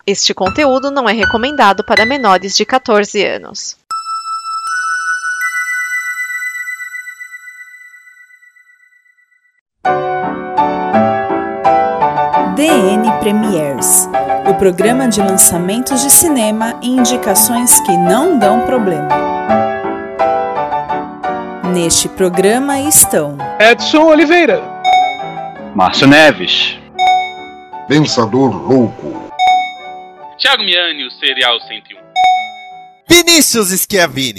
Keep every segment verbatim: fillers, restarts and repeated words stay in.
Este conteúdo não é recomendado para menores de quatorze anos. D N Premieres, o programa de lançamentos de cinema e indicações que não dão problema. Neste programa estão Edson Oliveira, Márcio Neves, Pensador Louco, Thiago Miani, o Serial cento e um, Vinícius Schiavini.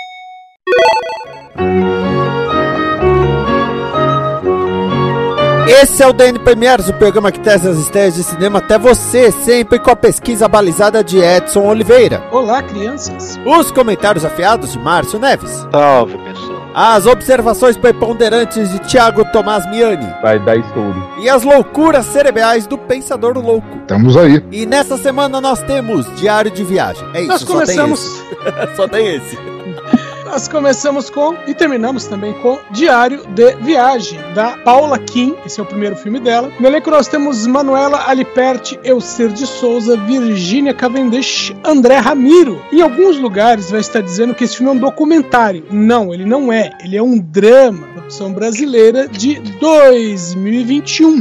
Esse é o D N Premieres, o programa que traz as estreias de cinema até você, sempre com a pesquisa balizada de Edson Oliveira. Olá, crianças. Os comentários afiados de Márcio Neves. Salve, pessoal. As observações preponderantes de Thiago Tomás Miani. Vai dar estouro. E as loucuras cerebrais do Pensador Louco. Estamos aí. E nessa semana nós temos Diário de Viagem. É isso, Nós começamos... só tem esse. Só tem esse. Nós começamos com, e terminamos também com, Diário de Viagem, da Paula Kim. Esse é o primeiro filme dela. No elenco nós temos Manuela Aliperti, Elcer de Souza, Virgínia Cavendish, André Ramiro. Em alguns lugares vai estar dizendo que esse filme é um documentário. Não, ele não é. Ele é um drama, produção brasileira de dois mil e vinte e um.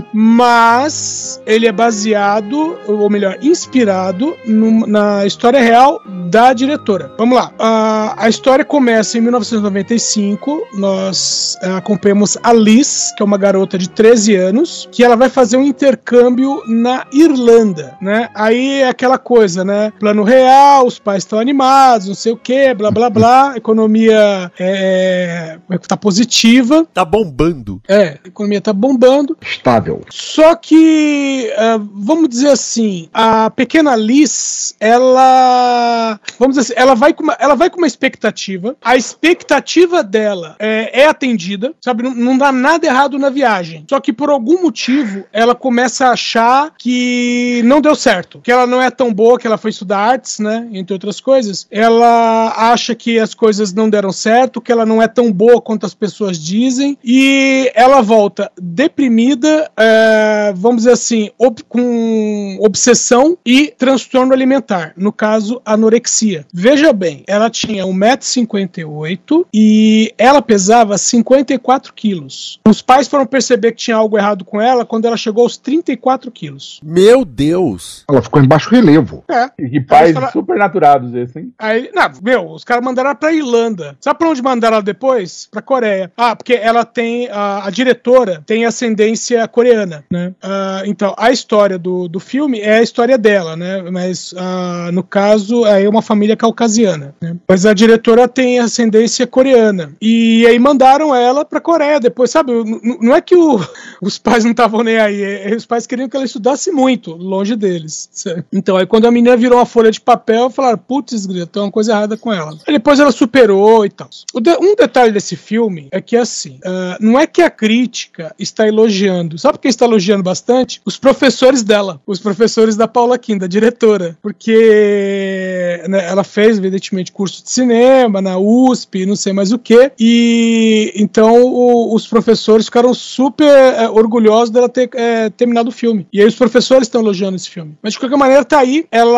Mas ele é baseado, ou melhor, inspirado no, na história real da diretora. Vamos lá. Uh, a história começa em mil novecentos e noventa e cinco, nós uh, acompanhamos a Liz, que é uma garota de treze anos, que ela vai fazer um intercâmbio na Irlanda, né? Aí é aquela coisa, né? Plano real, os pais estão animados, não sei o que, blá blá blá, a economia é, é, tá positiva. Tá bombando. É, a economia tá bombando. Estável. Só que, uh, vamos dizer assim, a pequena Liz, ela, vamos dizer assim, ela vai com uma, ela vai com uma expectativa. A expectativa dela é, é atendida, sabe? Não, não dá nada errado na viagem. Só que por algum motivo ela começa a achar que não deu certo, que ela não é tão boa, que ela foi estudar artes, né? Entre outras coisas. Ela acha que as coisas não deram certo, que ela não é tão boa quanto as pessoas dizem, e ela volta deprimida, é, vamos dizer assim, ob- com obsessão e transtorno alimentar. No caso, anorexia. Veja bem, ela tinha um metro e cinquenta e oito e ela pesava cinquenta e quatro quilos. Os pais foram perceber que tinha algo errado com ela quando ela chegou aos trinta e quatro quilos. Meu Deus! Ela ficou em baixo relevo. É. E pais fala... super naturados esse, hein? Aí, não, meu, os caras mandaram ela pra Irlanda. Sabe pra onde mandaram ela depois? Pra Coreia. Ah, porque ela tem, a, a diretora tem ascendência coreana, né? Ah, então, a história do, do filme é a história dela, né? Mas, ah, no caso, é uma família caucasiana, né? Mas a diretora tem ascendência coreana. E aí mandaram ela pra Coreia depois, sabe? N- não é que o, os pais não estavam nem aí, é, os pais queriam que ela estudasse muito, longe deles. Sabe? Então, aí quando a menina virou uma folha de papel, falaram, putz, grita, tem uma coisa errada com ela. Aí depois ela superou e tal. O de, um detalhe desse filme é que, assim, uh, não é que a crítica está elogiando, sabe quem está elogiando bastante? Os professores dela, os professores da Paula Kim, da diretora, porque né, ela fez, evidentemente, curso de cinema na U S P, não sei mais o que, e então o, os professores ficaram super é, orgulhosos dela ter é, terminado o filme, e aí os professores estão elogiando esse filme, mas de qualquer maneira tá aí, ela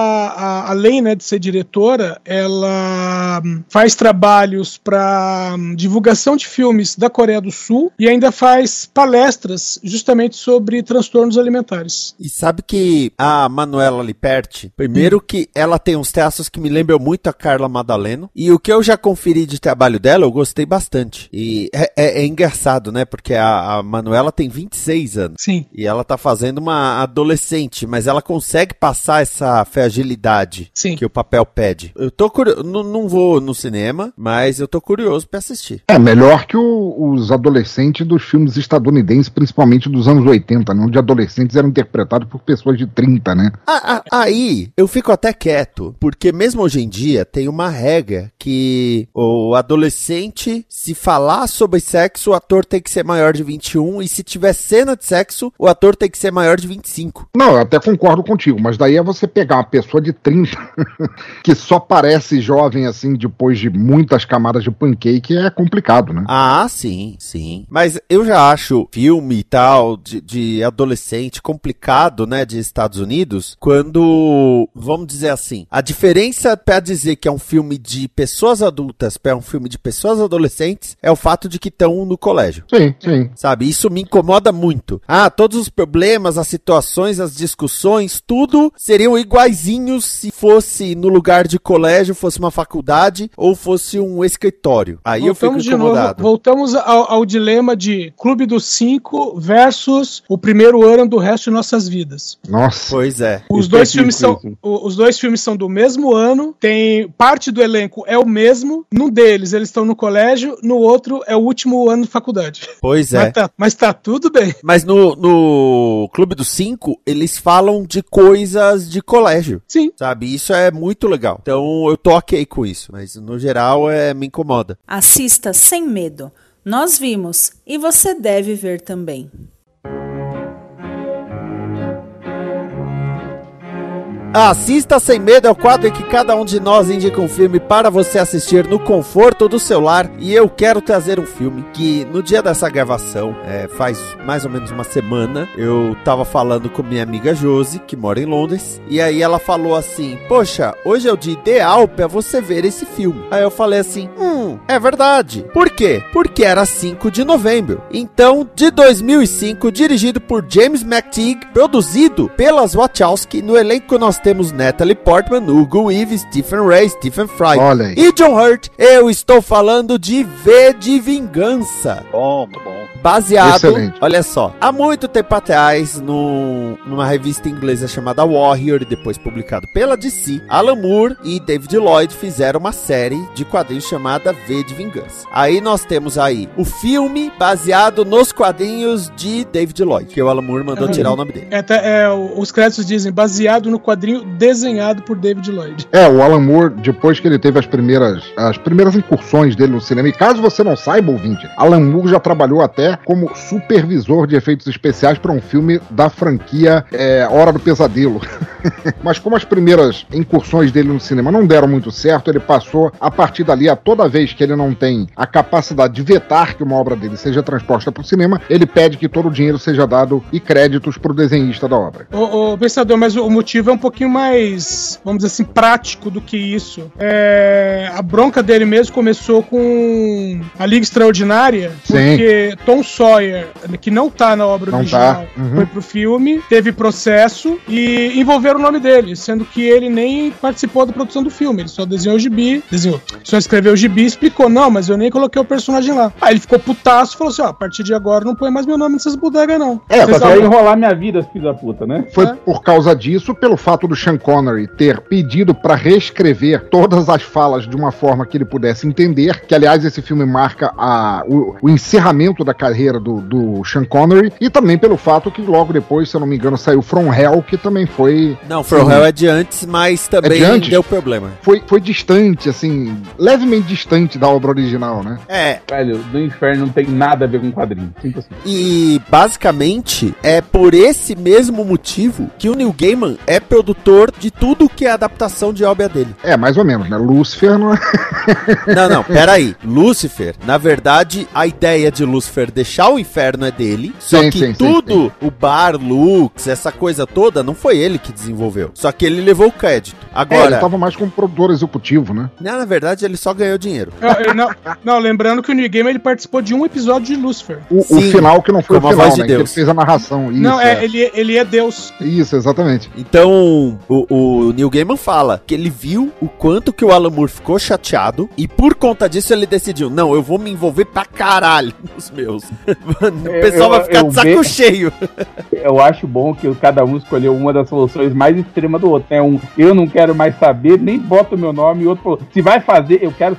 a, além né, de ser diretora, ela faz trabalhos para divulgação de filmes da Coreia do Sul e ainda faz palestras justamente sobre transtornos alimentares. E sabe que a Manuela Aliperti, primeiro hum. que ela tem uns traços que me lembram muito a Carla Madaleno, e o que eu já conferi de trabalho dela, eu gostei bastante. E é, é, é engraçado, né? Porque a, a Manuela tem vinte e seis anos. Sim. E ela tá fazendo uma adolescente, mas ela consegue passar essa fragilidade Sim. que o papel pede. Eu tô curioso, não, não vou no cinema, mas eu tô curioso pra assistir. É melhor que o, os adolescentes dos filmes estadunidenses, principalmente dos anos oitenta, né? Onde adolescentes eram interpretados por pessoas de trinta, né? Ah, ah, aí, eu fico até quieto, porque mesmo hoje em dia tem uma regra que que o adolescente, se falar sobre sexo, o ator tem que ser maior de vinte e um, e se tiver cena de sexo, o ator tem que ser maior de vinte e cinco. Não, eu até concordo contigo, mas daí é você pegar uma pessoa de trinta que só parece jovem assim depois de muitas camadas de pancake, é complicado, né? Ah, sim, sim. Mas eu já acho filme e tal de, de adolescente complicado, né, de Estados Unidos, quando, vamos dizer assim, a diferença pra dizer que é um filme de pessoas adultas pra um filme de pessoas adolescentes é o fato de que estão no colégio. Sim, sim. Sabe, isso me incomoda muito. Ah, todos os problemas, as situações, as discussões, tudo seriam iguaizinhos se fosse no lugar de colégio, fosse uma faculdade ou fosse um escritório. Aí voltamos eu fico incomodado. De novo, voltamos ao, ao dilema de Clube dos Cinco versus o primeiro ano do resto de nossas vidas. Nossa. Pois é. Os dois, filmes são, os dois filmes são do mesmo ano, tem parte do elenco é o mesmo, num deles eles estão no colégio, no outro é o último ano de faculdade. Pois é. Mas tá, mas tá tudo bem. Mas no, no Clube dos Cinco, eles falam de coisas de colégio. Sim. Sabe? Isso é muito legal. Então eu tô ok com isso, mas no geral é, me incomoda. Assista sem medo. Nós vimos e você deve ver também. Assista Sem Medo é o quadro em que cada um de nós indica um filme para você assistir no conforto do seu lar, e eu quero trazer um filme que no dia dessa gravação, é, faz mais ou menos uma semana, eu tava falando com minha amiga Josi, que mora em Londres, e aí ela falou assim, poxa, hoje é o dia ideal pra você ver esse filme. Aí eu falei assim, hum, é verdade. Por quê? Porque era cinco de novembro. Então, de dois mil e cinco, dirigido por James McTeague, produzido pelas Wachowski, no elenco nós temos Natalie Portman, Hugo Weaving, Stephen Ray, Stephen Fry e John Hurt. Eu estou falando de V de Vingança. Bom, muito bom. Baseado, excelente. Olha só, há muito tempo atrás, no, numa revista inglesa chamada Warrior, e depois publicado pela D C, Alan Moore e David Lloyd fizeram uma série de quadrinhos chamada V de Vingança. Aí nós temos aí o filme baseado nos quadrinhos de David Lloyd, que o Alan Moore mandou Uhum. tirar o nome dele. É, tá- é, os créditos dizem baseado no quadrinho desenhado por David Lloyd. É, o Alan Moore, depois que ele teve as primeiras, as primeiras incursões dele no cinema, e caso você não saiba, ouvinte, Alan Moore já trabalhou até como supervisor de efeitos especiais para um filme da franquia é, Hora do Pesadelo. Mas como as primeiras incursões dele no cinema não deram muito certo, ele passou, a partir dali, a toda vez que ele não tem a capacidade de vetar que uma obra dele seja transposta para o cinema, ele pede que todo o dinheiro seja dado e créditos para o desenhista da obra. Ô, ô, pensador, mas o motivo é um pouquinho mais, vamos dizer assim, prático do que isso. É, a bronca dele mesmo começou com a Liga Extraordinária, Sim. porque Tom Sawyer, que não tá na obra Não original, tá. Uhum. foi pro filme, teve processo e envolveram o nome dele, sendo que ele nem participou da produção do filme, ele só desenhou o gibi, desenhou, só escreveu o gibi e explicou, não, mas eu nem coloquei o personagem lá. Aí ele ficou putaço e falou assim, ó, a partir de agora não põe mais meu nome nessas bodegas não. É, Vocês mas Vai sabem- enrolar minha vida, filho da puta, né? Foi É. por causa disso, pelo fato do Sean Connery ter pedido para reescrever todas as falas de uma forma que ele pudesse entender, que aliás esse filme marca a, o, o encerramento da carreira do, do Sean Connery, e também pelo fato que logo depois, se eu não me engano, saiu From Hell, que também foi... Não, From Hell é de antes, mas também É de antes? deu problema. Foi, foi distante, assim, levemente distante da obra original, né? É, Velho, do inferno não tem nada a ver com quadrinho. Simples assim. e basicamente é por esse mesmo motivo que o Neil Gaiman é produtor de tudo que é adaptação de obra dele. É, mais ou menos, né? Lúcifer não é... Não, não, peraí. Lúcifer, na verdade, a ideia de Lúcifer deixar o inferno é dele, só Sim, que sim, sim, tudo, o bar, Lux, essa coisa toda, não foi ele que desenvolveu. Só que ele levou o crédito. É, ele Agora, tava mais como produtor executivo, né? não, na verdade, ele só ganhou dinheiro. Eu- eu não, não, lembrando que o Neil Gaiman ele participou de um episódio de Lucifer. O, o Sim, final que não foi o como a final, voz de né? Que ele Deus. fez a narração. Isso, não, é, Ele, ele é Deus. Isso, exatamente. Então, o, o Neil Gaiman fala que ele viu o quanto que o Alan Moore ficou chateado e por conta disso ele decidiu, não, eu vou me envolver pra caralho nos meus. Mano, o Eu- pessoal eu- vai ficar eu de saco ve- cheio. Eu acho bom que cada um escolheu uma das soluções mais extremas do outro, né? Um, eu não quero mais saber, nem boto o meu nome, e outro falou, se vai fazer, eu quero saber de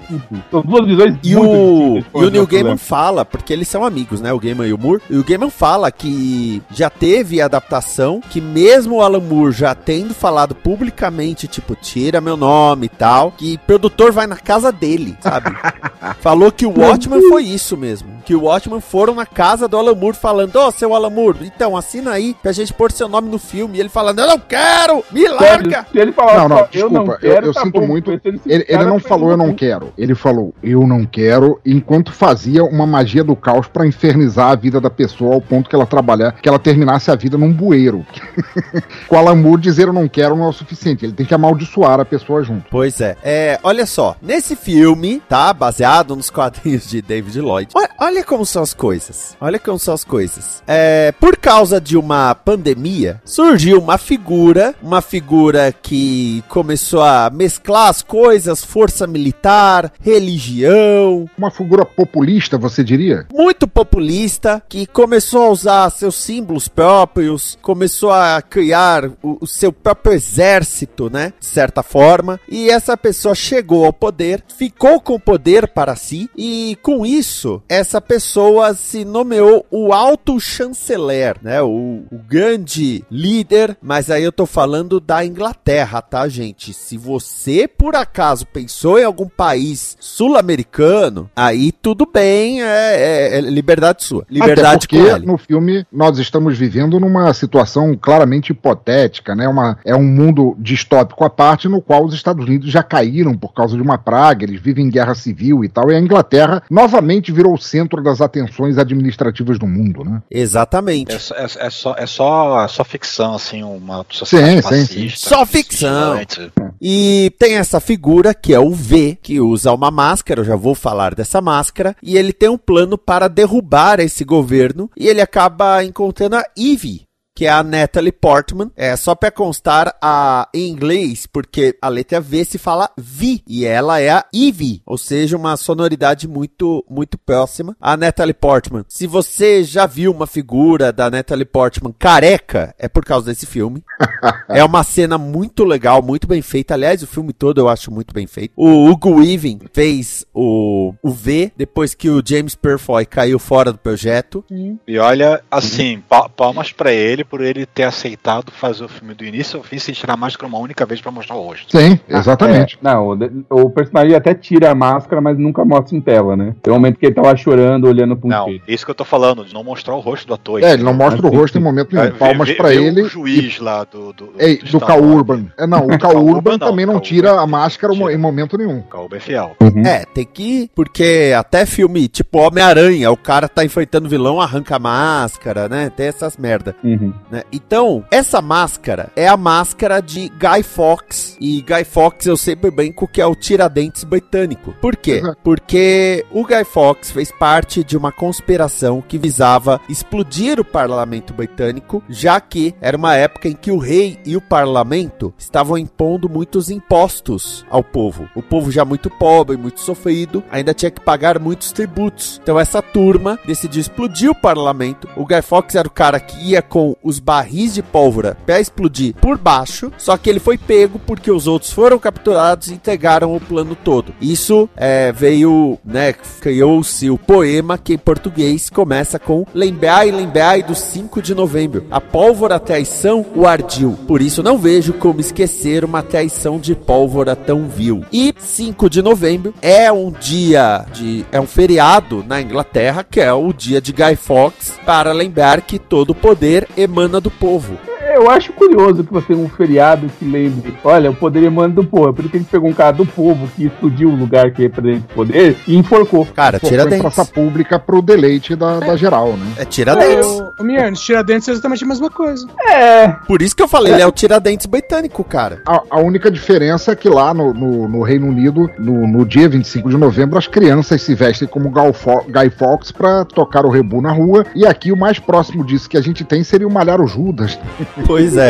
puto. São duas visões E muito o, distintas, e o Neil por exemplo. Gaiman fala, porque eles são amigos, né? O Gaiman e o Moore. E o Gaiman fala que já teve adaptação, que mesmo o Alan Moore já tendo falado publicamente, tipo, tira meu nome e tal, que o produtor vai na casa dele, sabe? Falou que o Watchmen foi isso mesmo. Que o Watchmen foram na casa do Alan Moore falando, ô, seu Alan Moore, então assina aí pra gente pôr seu nome no filme. E ele falando, eu não quero, me larga! Se ele falar, Não, não, só, eu desculpa, não eu, quero, eu tá sinto bom, muito. porque esse Ele, ele cara não foi falou eu não muito- quero. Ele falou eu não quero, enquanto fazia uma magia do caos pra infernizar a vida da pessoa ao ponto que ela trabalhar, que ela terminasse a vida num bueiro. Com o Alan Moore dizer eu não quero não é o suficiente. Ele tem que amaldiçoar a pessoa junto. Pois é. É, olha só, nesse filme, tá, baseado nos quadrinhos de David Lloyd, olha, olha como são as coisas, olha como são as coisas. É, por causa de uma pandemia, surgiu uma figura, uma figura que começou a mesclar as coisas, força militar, religião, Uma figura populista, você diria? muito populista, que começou a usar seus símbolos próprios, começou a criar o, o seu próprio exército, né, de certa forma, e essa pessoa chegou ao poder, ficou com o poder para si, e com isso, essa pessoa se nomeou o alto chanceler, né, o, o grande líder, mas aí eu tô falando da Inglaterra, tá, gente? Se você, por acaso, pensou em algum país sul-americano, aí tudo bem, é, é- é liberdade sua. Liberdade Até com porque ele. no filme nós estamos vivendo numa situação claramente hipotética, né? Uma, é um mundo distópico à parte no qual os Estados Unidos já caíram por causa de uma praga, eles vivem em guerra civil e tal, e a Inglaterra novamente virou o centro das atenções administrativas do mundo, né? Exatamente. É, só- é, é só, é só, só ficção, assim, uma Sim, sociedade sim, fascista. Só ficção. vigilante. E tem essa figura que é o V, que usa uma máscara, eu já vou falar dessa máscara, e ele tem um plano para derrubar esse governo, e ele acaba encontrando a Ivy, que é a Natalie Portman. É só pra constar a, em inglês, porque a letra V se fala Vi, e ela é a Ivy, ou seja, uma sonoridade muito, muito próxima. A Natalie Portman, se você já viu uma figura da Natalie Portman careca, é por causa desse filme. É uma cena muito legal, muito bem feita. Aliás, o filme todo eu acho muito bem feito. O Hugo Weaving fez o, o V, depois que o James Purefoy caiu fora do projeto. E olha, assim, pa- palmas pra ele por ele ter aceitado fazer o filme do início ao fim sem tirar a máscara uma única vez pra mostrar o rosto. Sim, exatamente. É, não, o, o personagem até tira a máscara, mas nunca mostra em tela, né? Tem um momento que ele tá lá chorando, olhando pra um Não, espelho. isso que eu tô falando, de não mostrar o rosto do ator. É, ele não mostra o Assim, rosto em momento nenhum. É, Palmas vê- pra vê ele. o juiz lá do... Do, do, Ei, do Cal Urban. É, não, o Cal Cal Urban Urban não, também não Cal tira Urban a máscara tira. em momento nenhum. Cal Urban é fiel. É, tem que. Porque até filme tipo Homem-Aranha, o cara tá enfrentando vilão, arranca a máscara, né? Tem essas merda. Uhum. Né? Então, essa máscara é a máscara de Guy Fawkes. E Guy Fawkes eu sempre brinco que é o Tiradentes britânico. Por quê? Exato. Porque o Guy Fawkes fez parte de uma conspiração que visava explodir o parlamento britânico, já que era uma época em que o rei e o parlamento estavam impondo muitos impostos ao povo. O povo já muito pobre, muito sofrido, ainda tinha que pagar muitos tributos. Então essa turma decidiu explodir o parlamento. O Guy Fawkes era o cara que ia com os barris de pólvora para explodir por baixo, só que ele foi pego porque os outros foram capturados e entregaram o plano todo. Isso é, veio, né, criou-se o poema que em português começa com lembrai, lembrai do cinco de novembro. A pólvora traição o ardil, por isso não vejo como esquecer uma traição de pólvora tão vil. E cinco de novembro é um dia de é um feriado na Inglaterra, que é o dia de Guy Fawkes, para lembrar que todo o poder emana do povo. Eu acho curioso que você tem um feriado que lembre, olha, o poder emana do povo. É por isso que a gente pegou um cara do povo que explodiu o lugar que representa o poder e enforcou. Cara, Pô, tira foi em dentes. praça pública pro deleite da, da geral, né? É tira dentes. O Mianes, Tiradentes é exatamente a mesma coisa. É, Por isso que eu falei, ele é o Tiradentes britânico, cara. A, a única diferença é que lá no, no, no Reino Unido, no, no dia vinte e cinco de novembro, as crianças se vestem como Guy, Fo- Guy Fawkes pra tocar o rebu na rua. E aqui o mais próximo disso que a gente tem seria o Malhar o Judas. Pois é.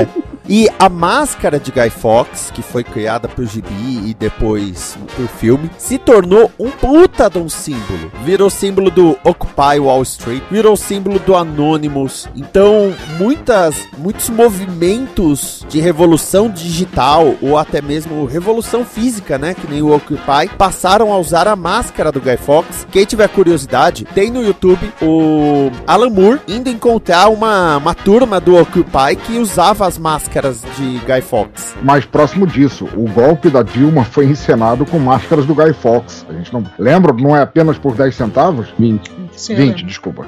E a máscara de Guy Fawkes, que foi criada pro gibi e depois pro filme, se tornou um puta de um símbolo. Virou símbolo do Occupy Wall Street, virou símbolo do Anonymous. Então, muitas, muitos movimentos de revolução digital ou até mesmo revolução física, né, que nem o Occupy, passaram a usar a máscara do Guy Fawkes. Quem tiver curiosidade, tem no YouTube o Alan Moore indo encontrar uma, uma turma do Occupy que usava as máscaras de Guy Fawkes. Mais próximo disso, o golpe da Dilma foi encenado com máscaras do Guy Fawkes. A gente não lembra, não é apenas por dez centavos? vinte. Sim, vinte, desculpa.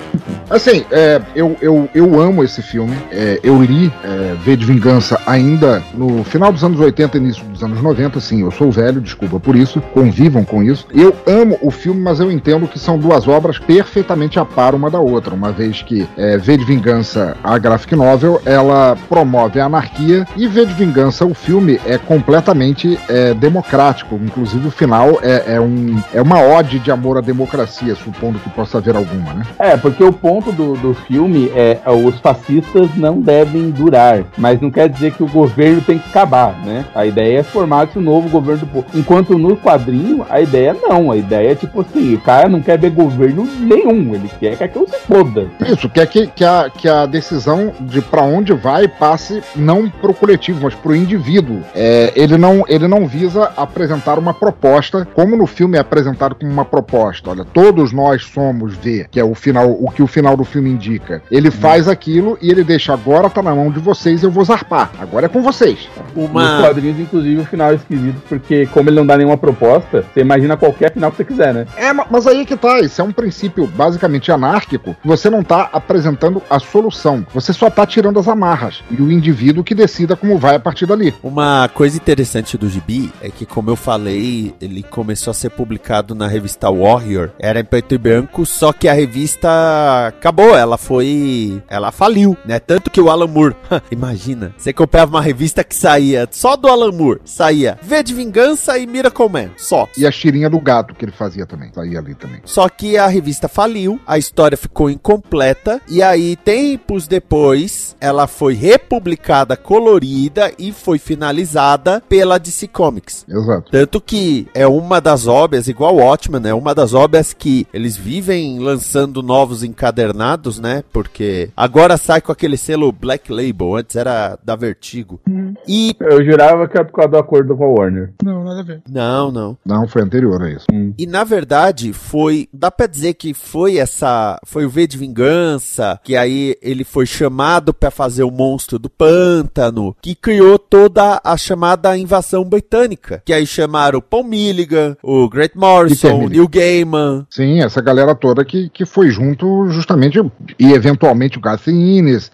Assim, é, eu, eu, eu amo esse filme. É, eu li é, V de Vingança ainda no final dos anos oitenta, início dos anos noventa. Sim, eu sou velho, desculpa por isso. Convivam com isso. Eu amo o filme, mas eu entendo que são duas obras perfeitamente a par uma da outra. Uma vez que é, V de Vingança, a graphic novel, ela promove a anarquia, e V de Vingança, o filme, é completamente é, democrático. Inclusive o final é, é, um, é uma ode de amor à democracia, supondo que possa haver alguma, né? É, porque o ponto do, do filme é os fascistas não devem durar, mas não quer dizer que o governo tem que acabar, né? A ideia é formar-se um novo governo do povo. Enquanto no quadrinho, a ideia não. A ideia é tipo assim, o cara não quer ver governo nenhum, ele quer que aquilo se foda. Isso, quer que, que, a, que a decisão de pra onde vai passe não pro coletivo, mas pro indivíduo. É, ele, não, ele não visa apresentar uma proposta, como no filme é apresentado como uma proposta. Olha, todos nós somos V, que é o final, o que o final do filme indica. Ele faz aquilo e ele deixa, agora tá na mão de vocês, eu vou zarpar. Agora é com vocês. Uma... Nos quadrinhos, inclusive, o final é esquisito, porque como ele não dá nenhuma proposta, você imagina qualquer final que você quiser, né? É, mas aí que tá, isso é um princípio basicamente anárquico. Você não tá apresentando a solução, você só tá tirando as amarras, e o indivíduo que decida como vai a partir dali. Uma coisa interessante do gibi é que, como eu falei, ele começou a ser publicado na revista Warrior, era em preto e branco, só que a revista acabou, ela foi... ela faliu, né? Tanto que o Alan Moore, imagina, você comprava uma revista que saía só do Alan Moore, saía V de Vingança e Miracle Man, só. E a tirinha do gato que ele fazia também, saía ali também. Só que a revista faliu, a história ficou incompleta, e aí, tempos depois, ela foi republicada, colorida, e foi finalizada pela D C Comics. Exato. Tanto que é uma das obras, igual Watchmen, é uma das obras que eles vivem lançando novos encadernados, né? Porque agora sai com aquele selo Black Label, antes era da Vertigo. Hum. E... eu jurava que era por causa do acordo com a Warner. Não, nada a ver. Não, não. Não, foi anterior a isso. Hum. E na verdade foi, dá pra dizer que foi essa, foi o V de Vingança, que aí ele foi chamado pra fazer o Monstro do Pântano, que criou toda a chamada invasão britânica, que aí chamaram o Paul Milligan, o Grant Morrison, o Neil Gaiman. Sim, essa galera toda que, que foi junto justamente, e eventualmente o Garth Ennis,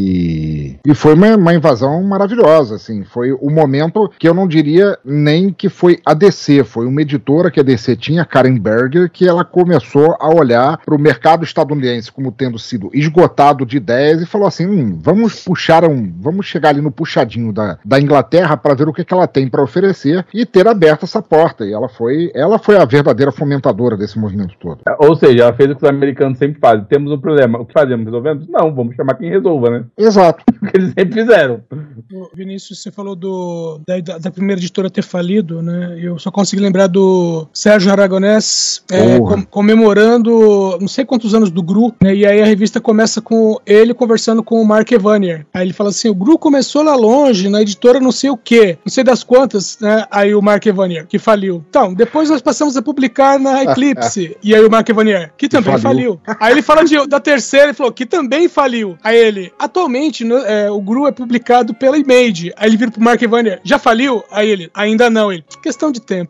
e, e foi uma, uma invasão maravilhosa, assim, foi o momento que eu não diria nem que foi a D C, foi uma editora que a D C tinha, Karen Berger, que ela começou a olhar para o mercado estadunidense como tendo sido esgotado de ideias e falou assim, hum, vamos puxar um, vamos chegar ali no puxadinho da, da Inglaterra para ver o que, que ela tem para oferecer e ter aberto essa porta, e ela foi, ela foi a verdadeira fomentadora desse movimento todo. Ou seja, ela fez o que os americanos sempre fazem, temos um problema, o que fazemos? Resolvemos? Não, vamos chamar quem resolva, né? Exato. O que eles sempre fizeram. Vinícius, você falou do, da, da primeira editora ter falido, né? Eu só consegui lembrar do Sérgio Aragonés é, com, comemorando não sei quantos anos do Gru, né? E aí a revista começa com ele conversando com o Mark Evanier. Aí ele fala assim, o Gru começou lá longe, na editora não sei o quê, não sei das quantas, né? Aí o Mark Evanier, que faliu. Então, depois nós passamos a publicar na Eclipse. E aí o Mark Evanier, que também faliu. faliu. Aí ele fala de, da terceira, ele falou, que também faliu. Aí ele, atualmente, no, é, o Gru é publicado pela Image. Aí ele vira pro Mark Evanier, já faliu? Aí ele, ainda não. Ele, questão de tempo.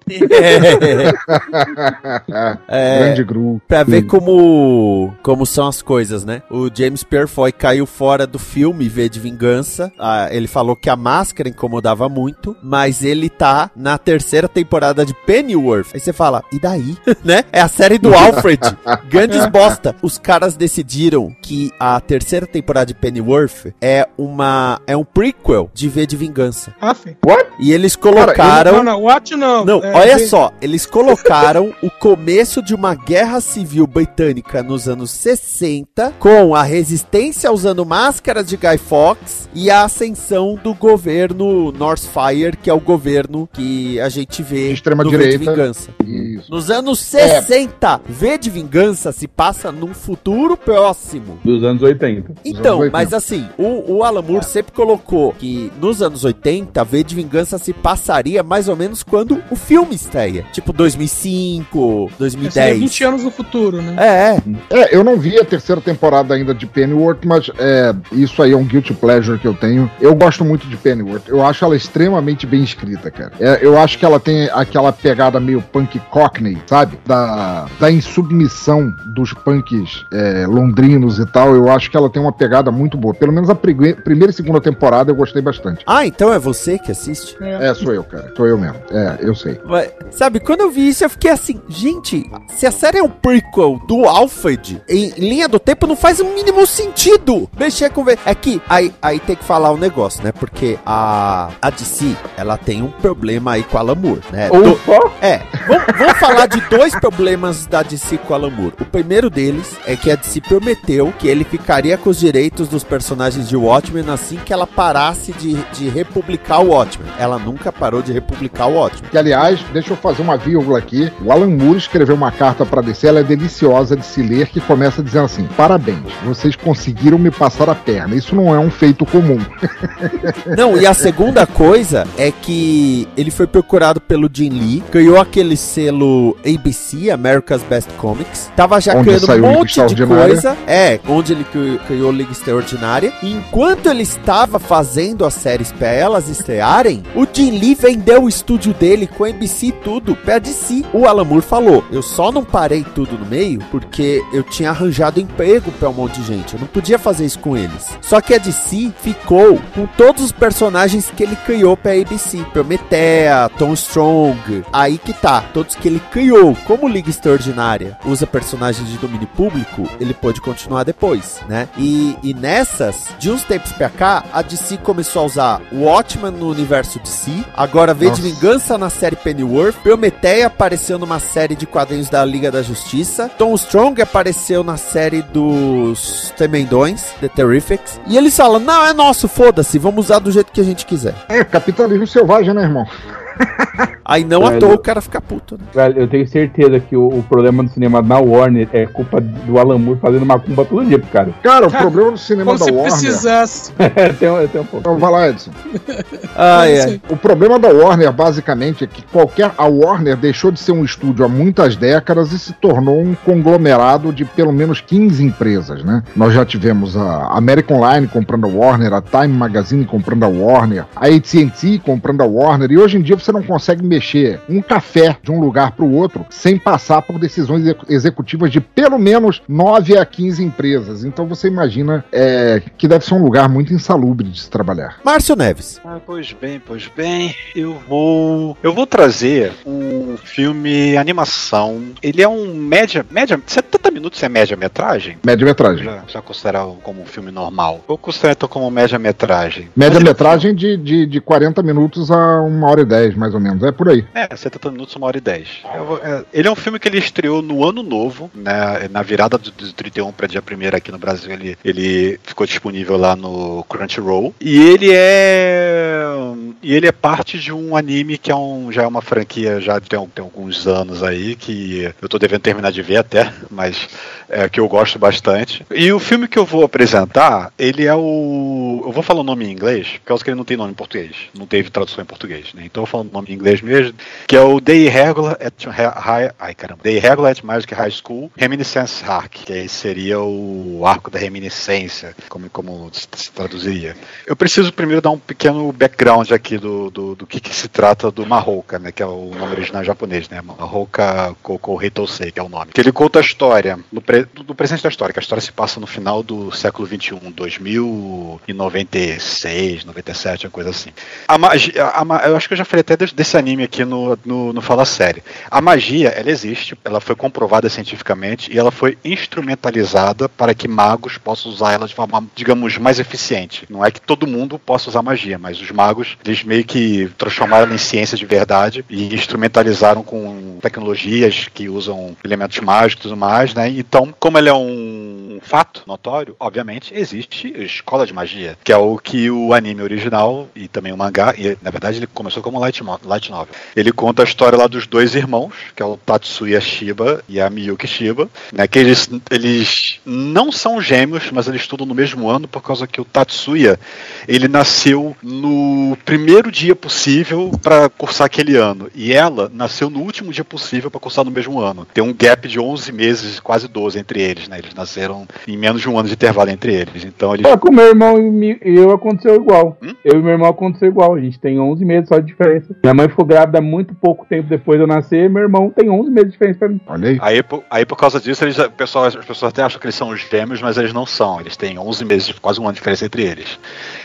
É, grande Gru. Pra ver como, como são as coisas, né? O James Purefoy caiu fora do filme V de Vingança. Ah, ele falou que a máscara incomodava muito, mas ele tá na terceira temporada de Pennyworth. Aí você fala, e daí? Né? É a série do Alfred. Grandes bosta. Os caras decidiram que a terceira temporada de Pennyworth é uma é um prequel de V de Vingança. Ah, Fê. What? E eles colocaram... Cara, ele, não, não, Watch não. Não, é, olha tem- só, eles colocaram o começo de uma guerra civil britânica nos anos sessenta, com a resistência usando máscaras de Guy Fawkes e a ascensão do governo Northfire, que é o governo que a gente vê Extrema no V direita. de Vingança. Isso. Nos anos sessenta, V de Vingança se passa num futuro próximo. Dos anos oitenta. Então, anos oitenta. mas assim, o, o Alan Moore sempre colocou que nos anos oitenta, V de Vingança se passaria mais ou menos quando o filme estreia. Tipo dois mil e cinco, dois mil e Seria dez. vinte anos no futuro, né? É, é. É, eu não vi a terceira temporada ainda de Pennyworth, mas é, isso aí é um guilty pleasure que eu tenho. Eu gosto muito de Pennyworth. Eu acho ela extremamente bem escrita, cara. É, eu acho que ela tem aquela pegada meio punk cockney, sabe? Da, da insubmissão dos punks é, londrinos e tal. Eu acho que ela tem uma pegada muito boa. Pelo menos a prigue- primeira e segunda temporada eu gostei bastante. Ah, então é você que assiste? É, sou eu, cara. Sou eu mesmo. É, eu sei. Mas, sabe, quando eu vi isso, eu fiquei assim, gente, se a série é um prequel do Alfred, em linha do tempo, não faz o mínimo sentido mexer com... É que, aí, aí tem que falar um negócio, né? Porque a, a D C, ela tem um problema aí com a Alan Moore, né? Ou Do- só? É, vamos, vamos falar de dois problemas da D C com o Alan Moore. O primeiro deles é que a D C prometeu que ele ficaria com os direitos dos personagens de Watchmen assim que ela parasse de, de republicar o Watchmen. Ela nunca parou de republicar o Watchmen. Que, aliás, deixa eu fazer uma vírgula aqui. O Alan Moore escreveu uma carta pra D C, ela é deliciosa de se ler, que começa dizendo assim: parabéns, vocês conseguiram me passar a perna. Isso não é um feito comum. Não, e a segunda coisa é que ele foi procurado pelo Jim Lee, ganhou aquele selo A B C, America's Best Comics, tava já Onde criando saiu um Liga monte de Extraordinária. coisa, é, onde ele cri- criou Liga Extraordinária, e enquanto ele estava fazendo as séries pra elas estrearem, o Jim Lee vendeu o estúdio dele com A B C e tudo pra D C. O Alan Moore falou, eu só não parei tudo no meio porque eu tinha arranjado emprego pra um monte de gente, eu não podia fazer isso com eles. Só que a D C ficou com todos os personagens que ele criou pra A B C, Prometheia, Tom Strong, aí que tá, todos que ele criou, como Liga Extraordinária usa personagens de domínio público, ele pôde continuar depois, né? E, e nessas, de uns tempos pra cá, a D C começou a usar o Watchmen no universo D C, agora V de Nossa. Vingança na série Pennyworth, Prometheia apareceu numa série de quadrinhos da Liga da Justiça, Tom Strong apareceu na série dos Tremendões, The Terrifics, e eles falam, não, é nosso, foda-se, vamos usar do jeito que a gente quiser. É, capitalismo selvagem, né, irmão? Aí não à Velho. toa o cara fica puto, né? Velho, eu tenho certeza que o, o problema do cinema na Warner é culpa do Alan Moore fazendo macumba todo dia pro cara. Cara, o Cara, problema do cinema Como da se Warner... precisasse. tem, um, tem um pouco. Então vai lá, Edson. Ah, É é. isso aí. O problema da Warner, basicamente, é que qualquer... A Warner deixou de ser um estúdio há muitas décadas e se tornou um conglomerado de pelo menos quinze empresas, né? Nós já tivemos a American Online comprando a Warner, a Time Magazine comprando a Warner, a A T and T comprando a Warner, e hoje em dia você não consegue mexer um café de um lugar para o outro sem passar por decisões ex- executivas de pelo menos nove a quinze empresas. Então você imagina é, que deve ser um lugar muito insalubre de se trabalhar. Márcio Neves. Ah, pois bem, pois bem, eu vou. Eu vou trazer um filme animação. Ele é um média. média setenta minutos é média-metragem? Média-metragem. Já, já considerar como um filme normal. Vou considerar então como média-metragem. Média-metragem de, de, de quarenta minutos a uma hora e dez, mais ou menos. É por aí. É, setenta minutos, uma hora e dez. Eu vou- é, ele é um filme que ele estreou no ano novo, né, na virada do, do trinta e um para dia primeiro aqui no Brasil. Ele, ele ficou disponível lá no Crunchyroll. E ele é. E ele é parte de um anime que é um, já é uma franquia, já tem, tem alguns anos aí, que eu tô devendo terminar de ver até, mas é, que eu gosto bastante. E o filme que eu vou apresentar, ele é o. Eu vou falar o nome em inglês, por causa que ele não tem nome em português. Não teve tradução em português, né? Então eu falo o nome em inglês mesmo, que é o The Irregular at High, ai, caramba, The Irregular at Magic High School Reminiscence Arc, que aí seria o arco da reminiscência, como, como se, se traduziria. Eu preciso primeiro dar um pequeno background aqui do, do, do que, que se trata do Mahoka, né, que é o nome original japonês, né, Mahoka Koukou Hitosei, que é o nome. Que ele conta a história, do, pre, do presente da história, que a história se passa no final do século vinte e um, dois mil e noventa e seis, noventa e sete, uma coisa assim. A magia, a, a, eu acho que eu já falei até até desse anime aqui no, no, no Fala Série. A magia, ela existe, ela foi comprovada cientificamente e ela foi instrumentalizada para que magos possam usar ela de forma, digamos, mais eficiente. Não é que todo mundo possa usar magia, mas os magos, eles meio que transformaram em ciência de verdade e instrumentalizaram com tecnologias que usam elementos mágicos e tudo mais, né? Então, como ele é um fato notório, obviamente, existe escola de magia, que é o que o anime original e também o mangá, e na verdade ele começou como light, light novel. Ele conta a história lá dos dois irmãos, que é o Tatsuya Shiba e a Miyuki Shiba, né? Que eles, eles não são gêmeos, mas eles estudam no mesmo ano, por causa que o Tatsuya, ele nasceu no primeiro dia possível para cursar aquele ano, e ela nasceu no último dia possível para cursar no mesmo ano. Tem um gap de onze meses, quase doze entre eles, né? Eles nasceram em menos de um ano de intervalo entre eles. Então eles... É, com meu irmão e eu aconteceu igual. Hum? Eu e meu irmão aconteceu igual. A gente tem onze meses só de diferença. Minha mãe ficou grávida muito pouco tempo depois de eu nascer, meu irmão tem onze meses de diferença pra mim. Olha aí. Aí, aí por causa disso, eles, o pessoal, as pessoas até acham que eles são os gêmeos, mas eles não são. Eles têm onze meses, quase um ano de diferença entre eles.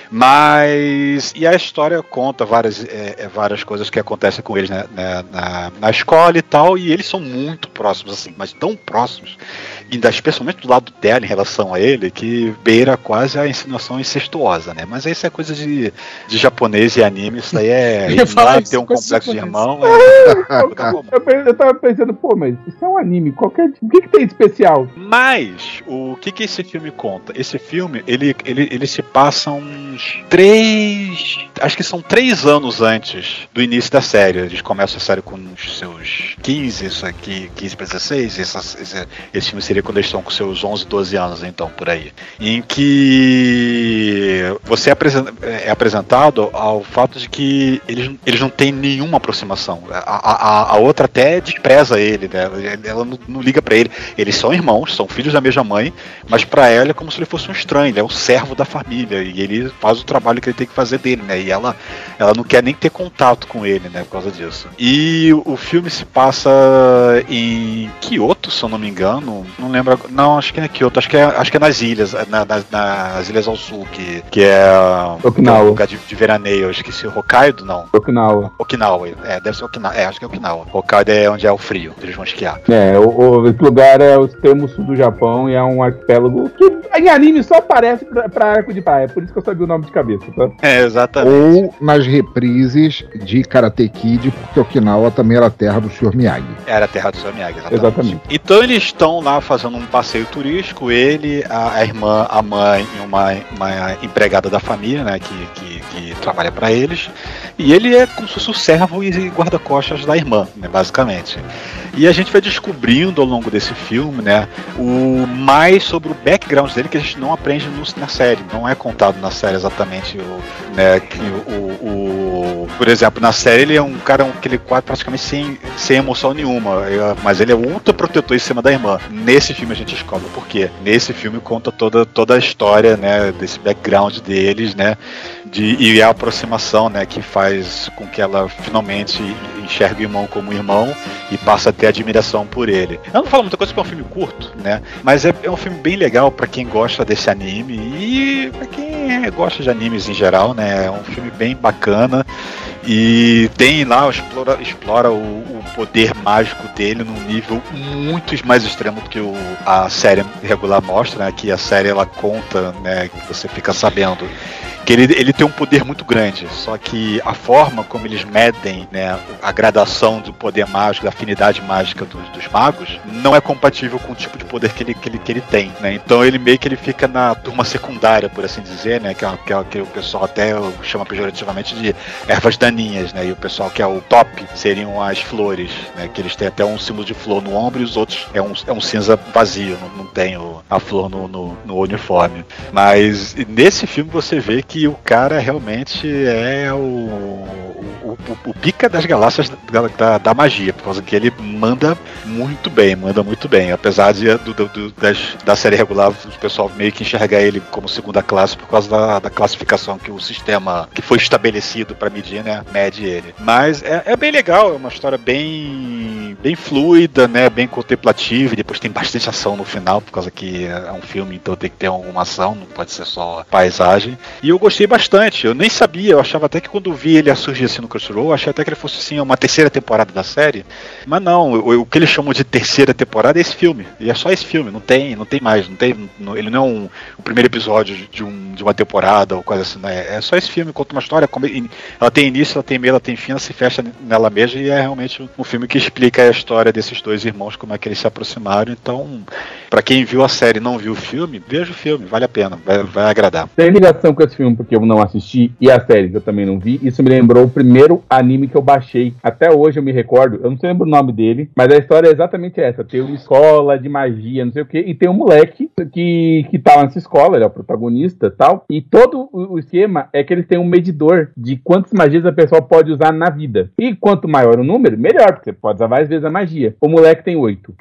Mas... E a história conta várias, é, é, várias coisas que acontecem com eles, né, na, na, na escola e tal, e eles são muito próximos, assim, mas tão próximos, ainda especialmente do lado dela em relação a ele, que beira quase a insinuação incestuosa, né? Mas isso é coisa de, de japonês e anime, isso daí é... Lá ter um complexo de irmão... É, eu, eu tava pensando, pô, mas isso é um anime, qualquer... O que que tem de especial? Mas, o que que esse filme conta? Esse filme, ele, ele, ele se passa uns três... Acho que são três anos antes do início da série. Eles começam a série com os seus quinze, isso aqui, quinze para dezesseis. Esse, esse, esse filme seria quando eles estão com seus onze, doze anos, então, por aí. Em que você é, apresen- é apresentado ao fato de que eles, eles não têm nenhuma aproximação. A, a, a outra até despreza ele, né? Ela não, não liga pra ele. Eles são irmãos, são filhos da mesma mãe, mas pra ela é como se ele fosse um estranho, ele é um servo da família, e ele faz o trabalho que ele tem que fazer dele, né? E ela, ela não quer nem ter contato com ele, né? Por causa disso. E o filme se passa em Kyoto, se eu não me engano. Não lembro. Não, acho que não é Kyoto, acho que é, acho que é nas ilhas, na, na, nas ilhas ao sul, que, que é Okinawa. um lugar de, de veraneio. Eu esqueci. Hokkaido, não. Okinawa. Okinawa, é, deve ser Okinawa. É, acho que é Okinawa. Hokkaido é onde é o frio, eles vão esquiar. É, o, o, esse lugar é o extremo sul do Japão e é um arquipélago que em anime só aparece pra, pra arco de praia. Por isso que eu sabia o nome de cabeça, tá? É, exatamente. Ou nas reprises de Karate Kid, porque Okinawa também era a terra do senhor Miyagi. Era a terra do senhor Miyagi, exatamente. Exatamente. Então eles estão lá fazendo um passeio turístico, ele, a, a irmã, a mãe e uma, uma empregada da família, né, que, que, que trabalha pra eles. E ele é como se fosse o servo e guarda-costas da irmã, né, basicamente. E a gente vai descobrindo ao longo desse filme, né, o mais sobre o background dele que a gente não aprende no, na série. Não é contado na série exatamente o, né, que o, o, por exemplo, na série ele é um cara, um, aquele quadro praticamente sem, sem emoção nenhuma, mas ele é ultra protetor em cima da irmã. Nesse filme a gente descobre por quê. Nesse filme conta toda, toda a história, né, desse background deles, né, de, e a aproximação, né, que faz com que ela finalmente enxergue o irmão como irmão e passa a ter admiração por ele. Eu não falo muita coisa porque é um filme curto, né? Mas é, é um filme bem legal pra quem gosta desse anime e pra quem é, gosta de animes em geral, né? É um filme bem bacana e tem lá, explora, explora o, o poder mágico dele num nível muito mais extremo do que o, a série regular mostra, né? Que a série ela conta, né? Que você fica sabendo que ele, ele tem um poder muito grande, só que a forma como eles medem, né, a gradação do poder mágico, da afinidade mágica dos, dos magos, não é compatível com o tipo de poder que ele, que ele, que ele tem, né? Então ele meio que ele fica na turma secundária, por assim dizer, né? Que, é, que, é, que o pessoal até chama pejorativamente de ervas daninhas, né? E o pessoal que é o top seriam as flores, né? Que eles têm até um símbolo de flor no ombro e os outros é um, é um cinza vazio, não, não tem o, a flor no, no, no uniforme. Mas nesse filme você vê que o cara realmente é o, o, o, o pica das galáxias da, da, da magia, por causa que ele manda muito bem, manda muito bem, apesar de, do, do, das, da série regular o pessoal meio que enxergar ele como segunda classe por causa da, da classificação que o sistema que foi estabelecido para medir, né, mede ele. Mas é, é bem legal, é uma história bem bem, bem fluida, né? Bem contemplativa, e depois tem bastante ação no final, por causa que é um filme, então tem que ter alguma ação, não pode ser só paisagem. E eu gostei bastante, eu nem sabia, eu achava até que quando vi ele surgir assim no Crunchyroll, eu achei até que ele fosse assim, uma terceira temporada da série, mas não, o, o que eles chamam de terceira temporada é esse filme, e é só esse filme, não tem, não tem mais, não tem, não, ele não é um, o primeiro episódio de, um, de uma temporada ou coisa assim, né? É só esse filme, conta uma história, ela tem início, ela tem meio, ela tem fim, ela se fecha nela mesma, e é realmente um filme que explica a história desses dois irmãos, como é que eles se aproximaram. Então, pra quem viu a série e não viu o filme, veja o filme, vale a pena, vai, vai agradar. Tem ligação com esse filme, porque eu não assisti, e a série que eu também não vi, isso me lembrou o primeiro anime que eu baixei. Até hoje eu me recordo, eu não sei lembro o nome dele, mas a história é exatamente essa, tem uma escola de magia, não sei o que, e tem um moleque que, que tá nessa escola, ele é o protagonista e tal, e todo o esquema é que eles têm um medidor de quantas magias a pessoa pode usar na vida. E quanto maior o número, melhor, porque você pode usar várias vezes a magia. O moleque tem oito.